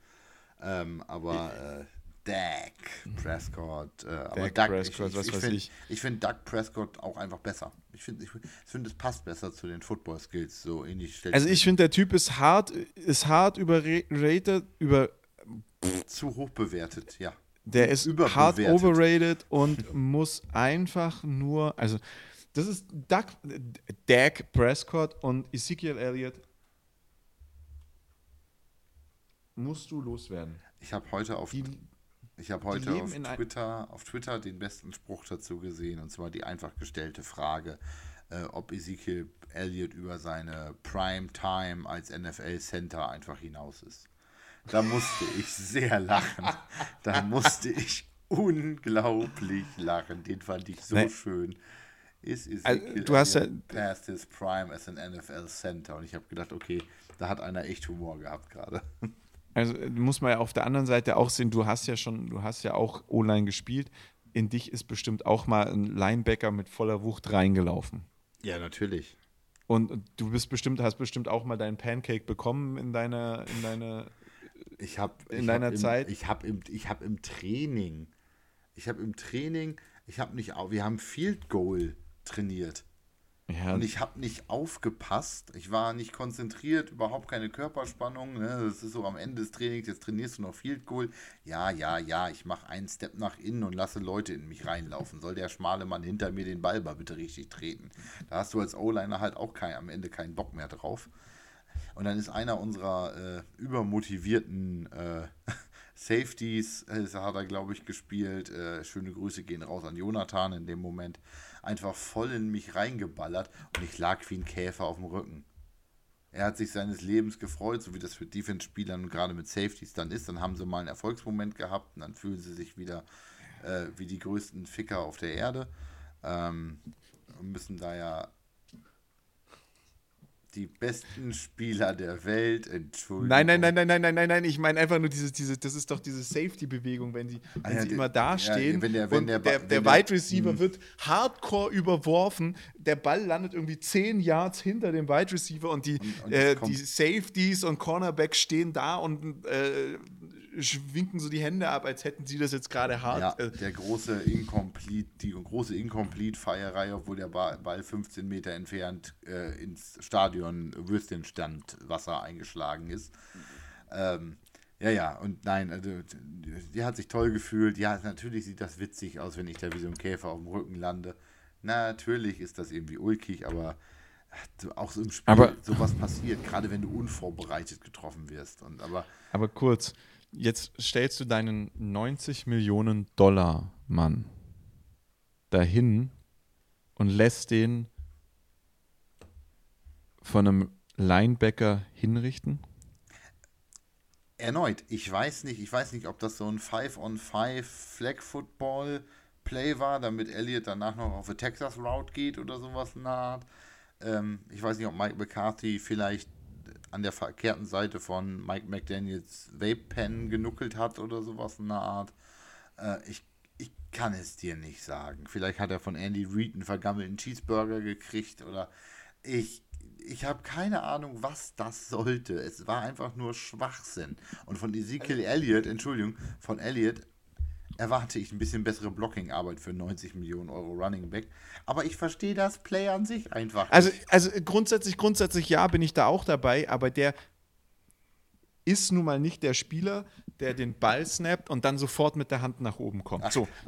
S1: Dak Prescott. Aber Dak Prescott, ich finde Dak Prescott auch einfach besser. Ich finde, es passt besser zu den Football-Skills. So ähnlich.
S2: Also ich finde, der Typ ist hart überrated,
S1: zu hoch bewertet, ja.
S2: Der ist hart overrated und muss einfach nur, also das ist Dak Prescott und Ezekiel Elliott musst du loswerden.
S1: Ich habe heute auf Twitter den besten Spruch dazu gesehen, und zwar die einfach gestellte Frage, ob Ezekiel Elliott über seine Prime-Time als NFL-Center einfach hinaus ist. Da musste ich sehr lachen. Da musste ich unglaublich lachen. Den fand ich so schön. Ist
S2: du hast ja
S1: past his prime as an NFL Center. Und ich habe gedacht, okay, da hat einer echt Humor gehabt gerade.
S2: Also muss man ja auf der anderen Seite auch sehen, du hast ja auch O-Line gespielt. In dich ist bestimmt auch mal ein Linebacker mit voller Wucht reingelaufen.
S1: Ja, natürlich.
S2: Und du hast bestimmt auch mal deinen Pancake bekommen in deiner Zeit.
S1: Ich habe im Training, wir haben Field Goal trainiert.
S2: Ja.
S1: Und ich habe nicht aufgepasst. Ich war nicht konzentriert, überhaupt keine Körperspannung. Ne? Das ist so am Ende des Trainings, jetzt trainierst du noch Field Goal. Ja, ich mache einen Step nach innen und lasse Leute in mich reinlaufen. Soll der schmale Mann hinter mir den Ball mal bitte richtig treten? Da hast du als O-Liner halt auch am Ende keinen Bock mehr drauf. Und dann ist einer unserer übermotivierten Safeties, hat er, glaube ich, gespielt. Schöne Grüße gehen raus an Jonathan in dem Moment. Einfach voll in mich reingeballert und ich lag wie ein Käfer auf dem Rücken. Er hat sich seines Lebens gefreut, so wie das für Defense-Spielern und gerade mit Safeties dann ist. Dann haben sie mal einen Erfolgsmoment gehabt und dann fühlen sie sich wieder wie die größten Ficker auf der Erde. Müssen da ja die besten Spieler der Welt, Entschuldigung.
S2: Nein, ich meine einfach nur das ist doch diese Safety-Bewegung, wenn sie immer dastehen und der Wide Receiver wird hardcore überworfen, der Ball landet irgendwie 10 Yards hinter dem Wide Receiver und die Safeties und Cornerbacks stehen da und schwinken so die Hände ab, als hätten sie das jetzt gerade hart.
S1: Ja, die große Incomplete-Feierei, obwohl der Ball 15 Meter entfernt ins Stadion Würstchenstand Wasser eingeschlagen ist. Und nein, also die hat sich toll gefühlt. Ja, natürlich sieht das witzig aus, wenn ich da wie so ein Käfer auf dem Rücken lande. Natürlich ist das irgendwie ulkig, aber auch so im Spiel sowas passiert, gerade wenn du unvorbereitet getroffen wirst.
S2: Aber kurz, jetzt stellst du deinen 90 Millionen Dollar Mann dahin und lässt den von einem Linebacker hinrichten?
S1: Erneut, ich weiß nicht, ob das so ein 5-on-5 Flag Football Play war, damit Elliott danach noch auf eine Texas Route geht oder sowas in der Art. Ich weiß nicht, ob Mike McCarthy vielleicht an der verkehrten Seite von Mike McDaniels Vape-Pen genuckelt hat oder sowas in der Art. Ich kann es dir nicht sagen. Vielleicht hat er von Andy Reid einen vergammelten Cheeseburger gekriegt oder ich habe keine Ahnung, was das sollte. Es war einfach nur Schwachsinn. Und von Elliott erwarte ich ein bisschen bessere Blocking-Arbeit für 90 Millionen Euro Running Back. Aber ich verstehe das Play an sich einfach nicht.
S2: Also grundsätzlich ja, bin ich da auch dabei, aber der ist nun mal nicht der Spieler, der den Ball snappt und dann sofort mit der Hand nach oben kommt.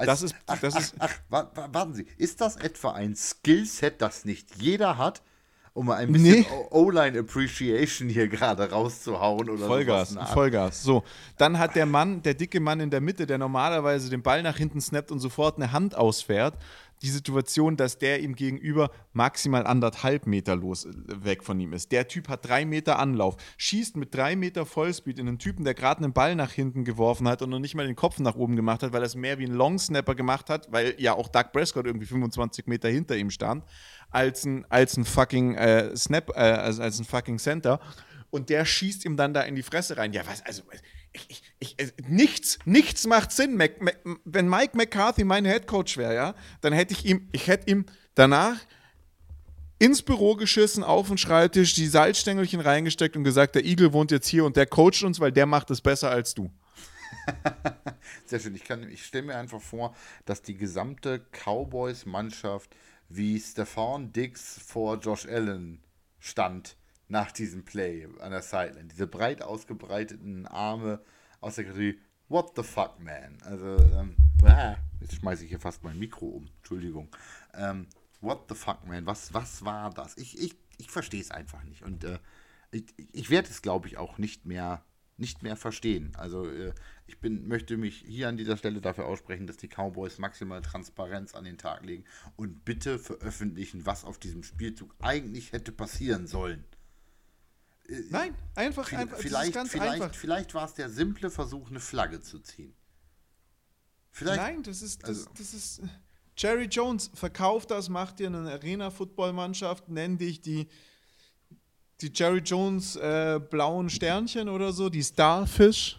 S1: Warten Sie, ist das etwa ein Skillset, das nicht jeder hat? Um mal ein bisschen O-Line Appreciation hier gerade rauszuhauen oder
S2: Vollgas. So, dann hat der dicke Mann in der Mitte, der normalerweise den Ball nach hinten snappt und sofort eine Hand ausfährt, die Situation, dass der ihm gegenüber maximal 1,5 Meter weg von ihm ist. Der Typ hat 3 Meter Anlauf, schießt mit 3 Meter Vollspeed in einen Typen, der gerade einen Ball nach hinten geworfen hat und noch nicht mal den Kopf nach oben gemacht hat, weil er es mehr wie ein Longsnapper gemacht hat, weil ja auch Dak Prescott irgendwie 25 Meter hinter ihm stand, als ein fucking als ein fucking Center. Und der schießt ihm dann da in die Fresse rein. Ja, was, also nichts macht Sinn. Wenn Mike McCarthy mein Headcoach wäre, ja, dann hätte ich ihm danach ins Büro geschissen, auf den Schreibtisch, die Salzstängelchen reingesteckt und gesagt, der Igel wohnt jetzt hier und der coacht uns, weil der macht es besser als du.
S1: Sehr schön. Ich stelle mir einfach vor, dass die gesamte Cowboys-Mannschaft wie Stefan Diggs vor Josh Allen stand nach diesem Play an der Sideline. Diese breit ausgebreiteten Arme aus der Kategorie What the fuck, man? Also, jetzt schmeiße ich hier fast mein Mikro um. Entschuldigung. What the fuck, man? Was war das? Ich verstehe es einfach nicht. Und ich werde es, glaube ich, auch nicht mehr verstehen. Also ich möchte mich hier an dieser Stelle dafür aussprechen, dass die Cowboys maximal Transparenz an den Tag legen und bitte veröffentlichen, was auf diesem Spielzug eigentlich hätte passieren sollen.
S2: Nein, einfach.
S1: Vielleicht war es der simple Versuch, eine Flagge zu ziehen. Vielleicht,
S2: Nein, das
S1: also,
S2: ist. Jerry Jones, verkauf das, mach dir eine Arena-Football-Mannschaft, nenn dich die Jerry Jones blauen Sternchen oder so, die Starfish.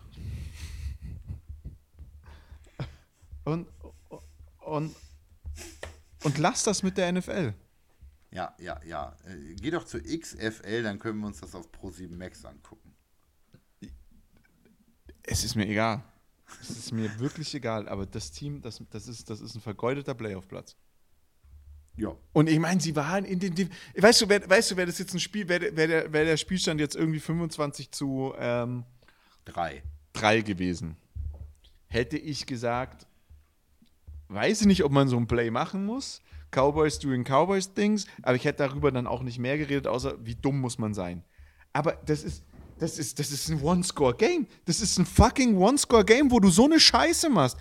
S2: Und, und, und lass das mit der NFL.
S1: ja. Geh doch zu XFL, dann können wir uns das auf Pro7 Max angucken.
S2: Es ist mir egal. Es ist mir wirklich egal, aber das Team, das ist ein vergeudeter Playoff-Platz.
S1: Ja.
S2: Und ich meine, sie waren in den. Weißt du, wer das jetzt ein Spiel, wer der Spielstand jetzt irgendwie 25-3
S1: 3.
S2: gewesen? Hätte ich gesagt, weiß ich nicht, ob man so ein Play machen muss. Cowboys doing Cowboys Things, aber ich hätte darüber dann auch nicht mehr geredet, außer wie dumm muss man sein. Aber das ist ein One-Score-Game. Das ist ein fucking One-Score-Game, wo du so eine Scheiße machst.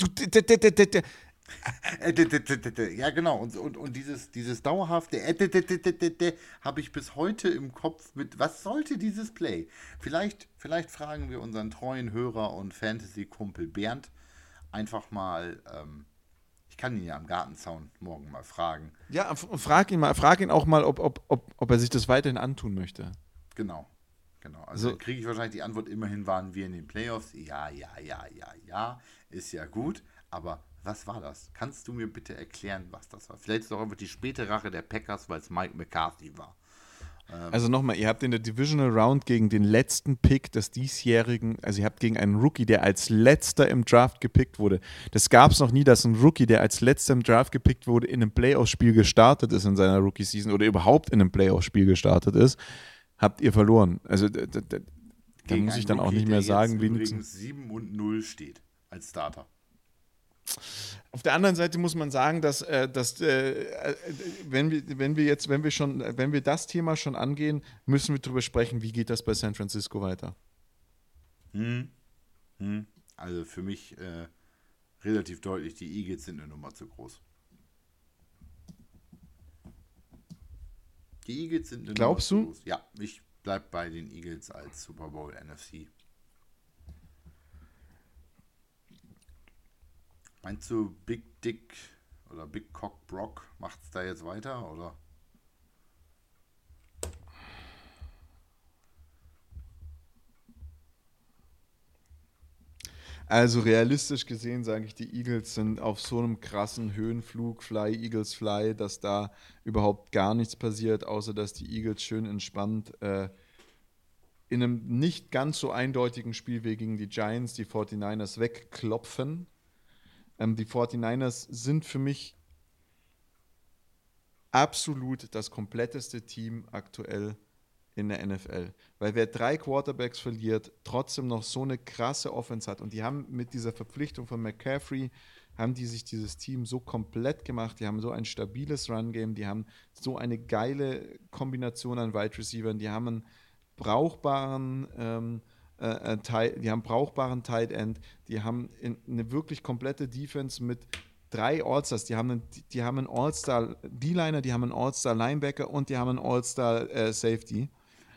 S1: Ja, genau. Und dieses dauerhafte habe ich bis heute im Kopf mit, was sollte dieses Play? Vielleicht fragen wir unseren treuen Hörer und Fantasy-Kumpel Bernd einfach mal, ich kann ihn ja am Gartenzaun morgen mal fragen.
S2: Ja, frag ihn auch mal, ob er sich das weiterhin antun möchte.
S1: Genau. Also kriege ich wahrscheinlich die Antwort, immerhin waren wir in den Playoffs. Ja, ist ja gut. Aber was war das? Kannst du mir bitte erklären, was das war? Vielleicht ist es auch einfach die späte Rache der Packers, weil es Mike McCarthy war.
S2: Also nochmal, ihr habt in der Divisional Round gegen den letzten Pick des diesjährigen, also ihr habt gegen einen Rookie, der als letzter im Draft gepickt wurde. Das gab es noch nie, dass ein Rookie, der als letzter im Draft gepickt wurde, in einem Playoff-Spiel gestartet ist in seiner Rookie-Season oder überhaupt in einem Playoff-Spiel gestartet ist, habt ihr verloren. Also da muss ich dann
S1: Rookie,
S2: auch nicht mehr sagen,
S1: wie übrigens 7-0 steht als Starter.
S2: Auf der anderen Seite muss man sagen, dass wenn wir das Thema schon angehen, müssen wir darüber sprechen, wie geht das bei San Francisco weiter.
S1: Also für mich relativ deutlich, die Eagles sind eine Nummer zu groß. Die Eagles sind eine
S2: Glaubst
S1: Nummer
S2: du?
S1: zu groß. Ja, ich bleib bei den Eagles als Super Bowl NFC. Meinst du Big Dick oder Big Cock Brock macht es da jetzt weiter, oder?
S2: Also realistisch gesehen sage ich, die Eagles sind auf so einem krassen Höhenflug, Fly, Eagles Fly, dass da überhaupt gar nichts passiert, außer dass die Eagles schön entspannt in einem nicht ganz so eindeutigen Spiel wie gegen die Giants die 49ers wegklopfen. Die 49ers sind für mich absolut das kompletteste Team aktuell in der NFL. Weil wer 3 Quarterbacks verliert, trotzdem noch so eine krasse Offense hat. Und die haben mit dieser Verpflichtung von McCaffrey, haben die sich dieses Team so komplett gemacht. Die haben so ein stabiles Run-Game, die haben so eine geile Kombination an Wide Receivern, die haben einen brauchbaren Tight End, die haben eine wirklich komplette Defense mit 3 All-Stars. Die haben einen All-Star D-Liner, die haben einen All-Star Linebacker und die haben einen All-Star Safety.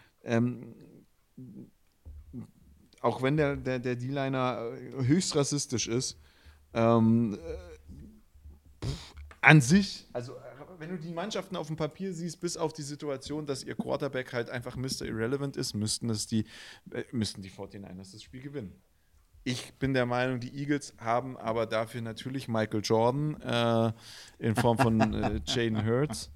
S2: Auch wenn der D-Liner höchst rassistisch ist, an sich, also wenn du die Mannschaften auf dem Papier siehst, bis auf die Situation, dass ihr Quarterback halt einfach Mr. Irrelevant ist, müssten die 49ers das Spiel gewinnen. Ich bin der Meinung, die Eagles haben aber dafür natürlich Michael Jordan in Form von Jalen Hurts.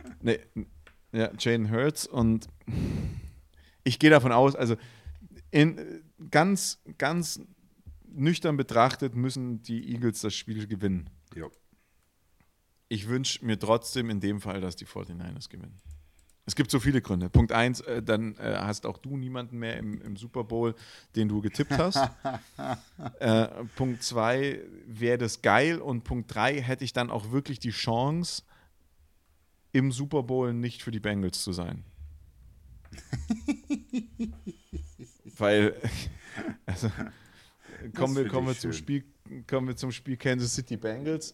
S2: Jalen Hurts, und ich gehe davon aus, also ganz nüchtern betrachtet müssen die Eagles das Spiel gewinnen.
S1: Jo.
S2: Ich wünsche mir trotzdem in dem Fall, dass die 49ers gewinnen. Es gibt so viele Gründe. Punkt 1, dann hast auch du niemanden mehr im Super Bowl, den du getippt hast. Punkt 2, wäre das geil. Und Punkt 3, hätte ich dann auch wirklich die Chance, im Super Bowl nicht für die Bengals zu sein. Weil, also, kommen wir zum Spiel Kansas City Bengals.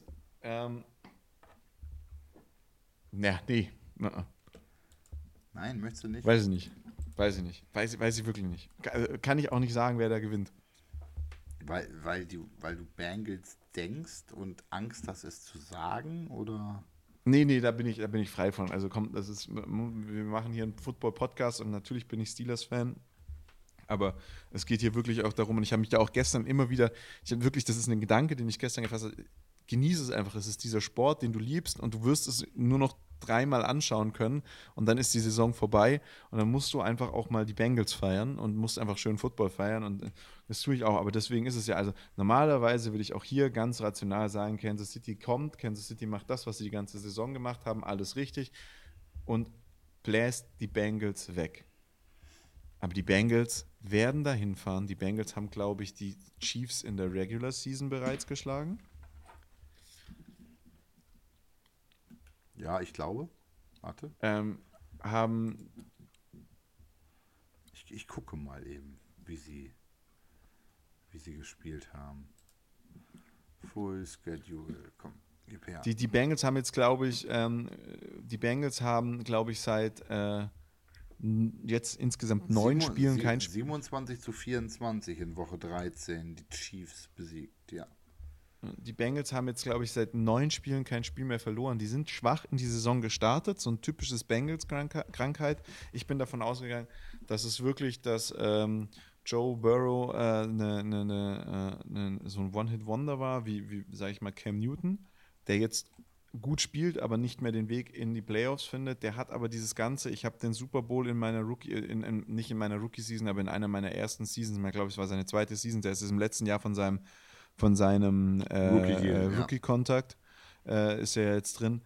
S2: Nee.
S1: Nein, möchtest du nicht?
S2: Weiß ich nicht. Weiß ich wirklich nicht. Kann ich auch nicht sagen, wer da gewinnt.
S1: Weil du Bengals denkst und Angst hast, es zu sagen, oder?
S2: Nee, da bin ich frei von. Also komm, wir machen hier einen Football-Podcast und natürlich bin ich Steelers-Fan. Aber es geht hier wirklich auch darum, und ich habe mich da auch gestern immer wieder, ich habe wirklich, das ist ein Gedanke, den ich gestern gefasst habe, genieße es einfach. Es ist dieser Sport, den du liebst und du wirst es nur noch dreimal anschauen können und dann ist die Saison vorbei und dann musst du einfach auch mal die Bengals feiern und musst einfach schön Football feiern und das tue ich auch, aber deswegen ist es ja, also normalerweise würde ich auch hier ganz rational sagen, Kansas City kommt, Kansas City macht das, was sie die ganze Saison gemacht haben, alles richtig und bläst die Bengals weg. Aber die Bengals werden da hinfahren. Die Bengals haben, glaube ich, die Chiefs in der Regular Season bereits geschlagen.
S1: Ja, ich glaube. Warte.
S2: Ähm, haben,
S1: Ich gucke mal eben, wie sie gespielt haben. Full Schedule. Komm, gib her.
S2: die Bengals haben jetzt, glaube ich, die Bengals haben, glaube ich, seit jetzt insgesamt 9 Spielen kein Spiel.
S1: 27-24 in Woche 13 die Chiefs besiegt, ja.
S2: Die Bengals haben jetzt, glaube ich, seit 9 Spielen kein Spiel mehr verloren. Die sind schwach in die Saison gestartet, so ein typisches Bengals-Krankheit. Ich bin davon ausgegangen, dass es wirklich, dass Joe Burrow so ein One-Hit-Wonder war, wie sage ich mal, Cam Newton, der jetzt gut spielt, aber nicht mehr den Weg in die Playoffs findet. Der hat aber dieses Ganze, ich habe den Super Bowl in meiner nicht in meiner Rookie-Season, aber in einer meiner ersten Seasons, ich glaube, es war seine zweite Season, der ist im letzten Jahr von seinem
S1: Rookie Deal, ja.
S2: Rookie-Contract ist er jetzt drin.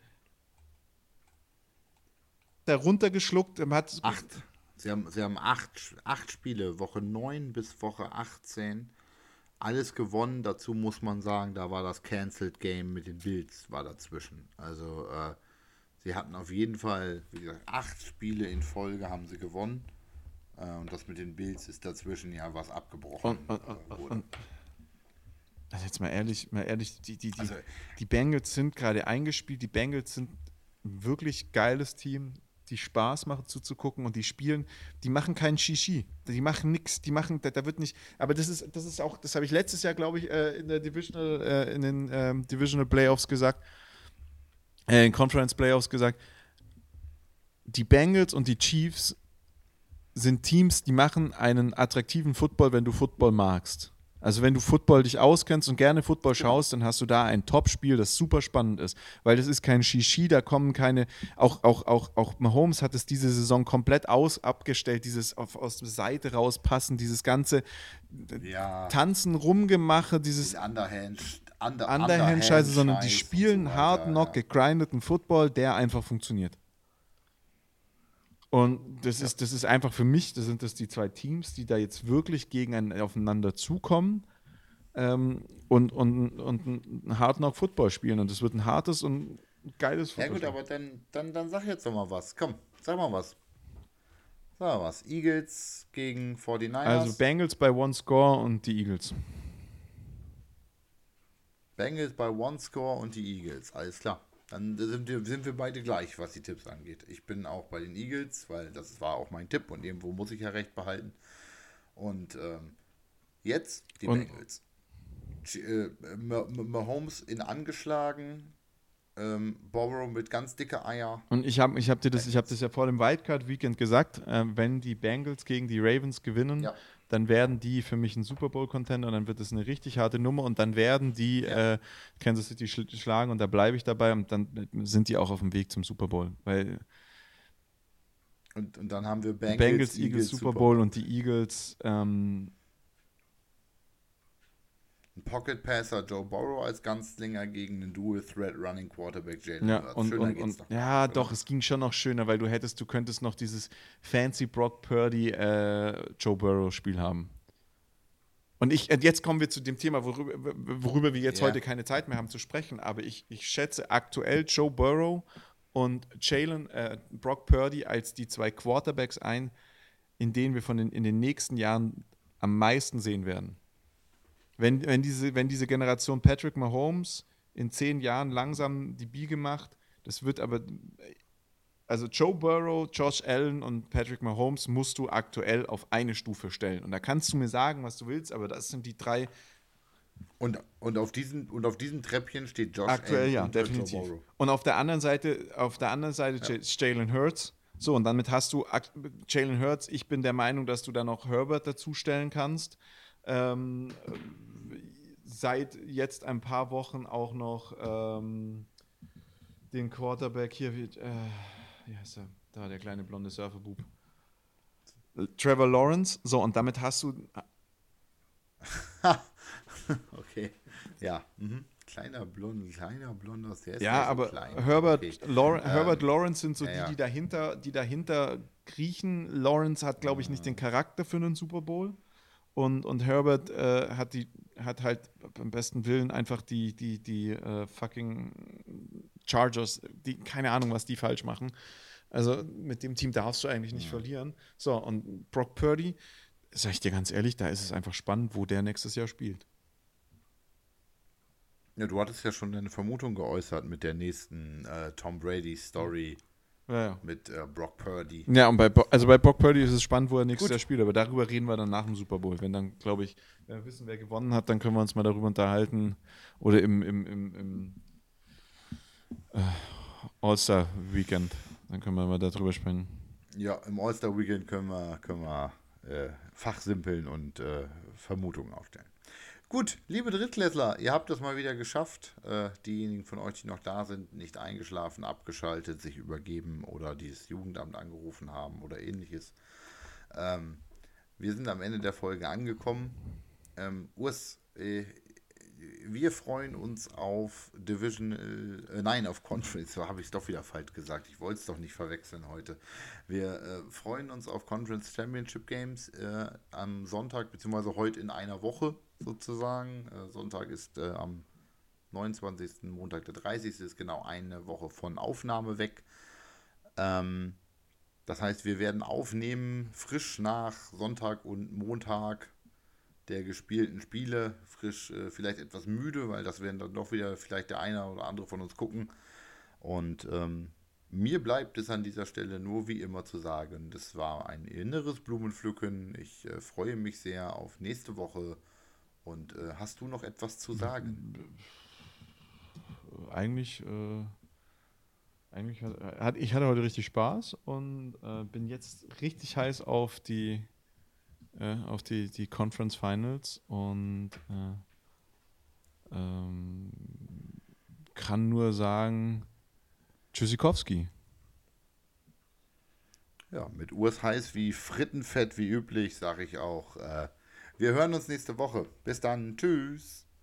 S2: Der runtergeschluckt, hat
S1: 8. Sie haben 8 Spiele, Woche 9 bis Woche 18. Alles gewonnen. Dazu muss man sagen, da war das Cancelled Game mit den Bills war dazwischen. Also sie hatten auf jeden Fall, wie gesagt, 8 Spiele in Folge haben sie gewonnen. Und das mit den Bills ist dazwischen ja was abgebrochen wurde.
S2: und also jetzt mal ehrlich,
S1: Also,
S2: die Bengals sind gerade eingespielt, die Bengals sind ein wirklich geiles Team, die Spaß machen zuzugucken und die spielen, die machen keinen Shishi, die machen nichts, da wird nicht, aber das ist auch, das habe ich letztes Jahr, glaube ich, in den Divisional Playoffs gesagt, in Conference Playoffs gesagt, die Bengals und die Chiefs sind Teams, die machen einen attraktiven Football, wenn du Football magst. Also wenn du Football dich auskennst und gerne Football schaust, dann hast du da ein Top-Spiel, das super spannend ist. Weil das ist kein Shishi, da kommen keine, auch Mahomes hat es diese Saison komplett abgestellt, dieses aus der Seite rauspassen, dieses ganze
S1: ja,
S2: Tanzen, Rumgemache, dieses Underhand-Scheiße, sondern die spielen
S1: und so
S2: hard
S1: weiter,
S2: knock,
S1: ja.
S2: gegrindeten Football, der einfach funktioniert. Und das ist einfach für mich, das sind die zwei Teams, die da jetzt wirklich aufeinander zukommen und ein Hard Knock Football spielen. Und das wird ein hartes und geiles
S1: Ja
S2: Football.
S1: gut, aber dann sag jetzt doch mal was. Komm, sag mal was. Sag mal was. Eagles gegen 49ers.
S2: Also Bengals bei One Score und die Eagles.
S1: Bengals bei One Score und die Eagles. Alles klar. Dann sind wir beide gleich, was die Tipps angeht. Ich bin auch bei den Eagles, weil das war auch mein Tipp und irgendwo muss ich ja recht behalten. Und jetzt die
S2: Und
S1: Bengals. Mahomes in angeschlagen. Burrow mit ganz dicke Eier.
S2: Und ich hab das ja vor dem Wildcard-Weekend gesagt, wenn die Bengals gegen die Ravens gewinnen,
S1: Ja.
S2: dann werden die für mich ein Super Bowl-Contender und dann wird es eine richtig harte Nummer und dann werden die
S1: Ja.
S2: Kansas City schlagen und da bleibe ich dabei und dann sind die auch auf dem Weg zum Super Bowl. Weil
S1: Und dann haben wir
S2: Bengals, Eagles, Super Bowl und die Eagles
S1: ein Pocket Passer Joe Burrow als Ganzlinger gegen einen Dual Threat Running Quarterback Jalen
S2: ja,
S1: Hurts. Schöner geht's doch.
S2: ja, doch, es ging schon noch schöner, weil du könntest noch dieses fancy Brock Purdy Joe Burrow Spiel haben. Und jetzt kommen wir zu dem Thema, worüber wir jetzt
S1: Ja.
S2: heute keine Zeit mehr haben zu sprechen, aber ich schätze aktuell Joe Burrow und Brock Purdy als die zwei Quarterbacks ein, in denen wir in den nächsten Jahren am meisten sehen werden. Wenn diese Generation Patrick Mahomes in 10 Jahren langsam die Biege macht, das wird aber, also Joe Burrow, Josh Allen und Patrick Mahomes musst du aktuell auf eine Stufe stellen. Und da kannst du mir sagen, was du willst, aber das sind die drei
S1: Und auf diesem Treppchen steht Josh
S2: Aktuell
S1: Allen
S2: ja,
S1: und
S2: definitiv.
S1: Joe Burrow.
S2: Und auf der anderen Seite Jalen Hurts. So, und damit hast du Jalen Hurts. Ich bin der Meinung, dass du da noch Herbert dazustellen kannst. Seit jetzt ein paar Wochen auch noch den Quarterback hier, wie heißt er? Da, der kleine blonde Surferbub. Trevor Lawrence. So, und damit hast du.
S1: Okay. Ja. Mhm. Kleiner blonder, der ist
S2: Ja,
S1: ja so
S2: aber
S1: klein.
S2: Herbert,
S1: Okay.
S2: Herbert Lawrence sind so
S1: Ja.
S2: die dahinter kriechen. Lawrence hat, glaube ich, nicht den Charakter für einen Super Bowl. Und Herbert hat halt beim besten Willen einfach die fucking Chargers, keine Ahnung, was die falsch machen. Also mit dem Team darfst du eigentlich nicht verlieren. So, und Brock Purdy, sag ich dir ganz ehrlich, da ist es einfach spannend, wo der nächstes Jahr spielt.
S1: Ja, du hattest ja schon deine Vermutung geäußert mit der nächsten Tom Brady-Story
S2: Ja.
S1: mit Brock Purdy.
S2: Ja, und bei Brock Purdy ist es spannend, wo er nächstes
S1: Gut.
S2: Jahr spielt, aber darüber reden wir dann nach dem Super Bowl. Wenn dann, glaube ich, wenn wir wissen, wer gewonnen hat, dann können wir uns mal darüber unterhalten. Oder im All-Star-Weekend. Dann können wir mal darüber sprechen.
S1: Ja, im All-Star-Weekend können wir fachsimpeln und Vermutungen aufstellen. Gut, liebe Drittklässler, ihr habt es mal wieder geschafft. Diejenigen von euch, die noch da sind, nicht eingeschlafen, abgeschaltet, sich übergeben oder dieses Jugendamt angerufen haben oder ähnliches. Wir sind am Ende der Folge angekommen. Urs, wir freuen uns auf auf Conference. So habe ich es doch wieder falsch gesagt. Ich wollte es doch nicht verwechseln heute. Wir freuen uns auf Conference Championship Games am Sonntag, beziehungsweise heute in einer Woche sozusagen. Sonntag ist am 29., Montag der 30. ist genau eine Woche von Aufnahme weg. Das heißt, wir werden aufnehmen frisch nach Sonntag und Montag der gespielten Spiele, frisch, vielleicht etwas müde, weil das werden dann doch wieder vielleicht der eine oder andere von uns gucken. Und mir bleibt es an dieser Stelle nur wie immer zu sagen, das war ein inneres Blumenpflücken. Ich freue mich sehr auf nächste Woche. Und hast du noch etwas zu sagen?
S2: Eigentlich ich hatte heute richtig Spaß und bin jetzt richtig heiß auf die Conference Finals und kann nur sagen, Tschüssikowski.
S1: Ja, mit Urs heiß wie Frittenfett wie üblich, sage ich auch. Wir hören uns nächste Woche. Bis dann. Tschüss.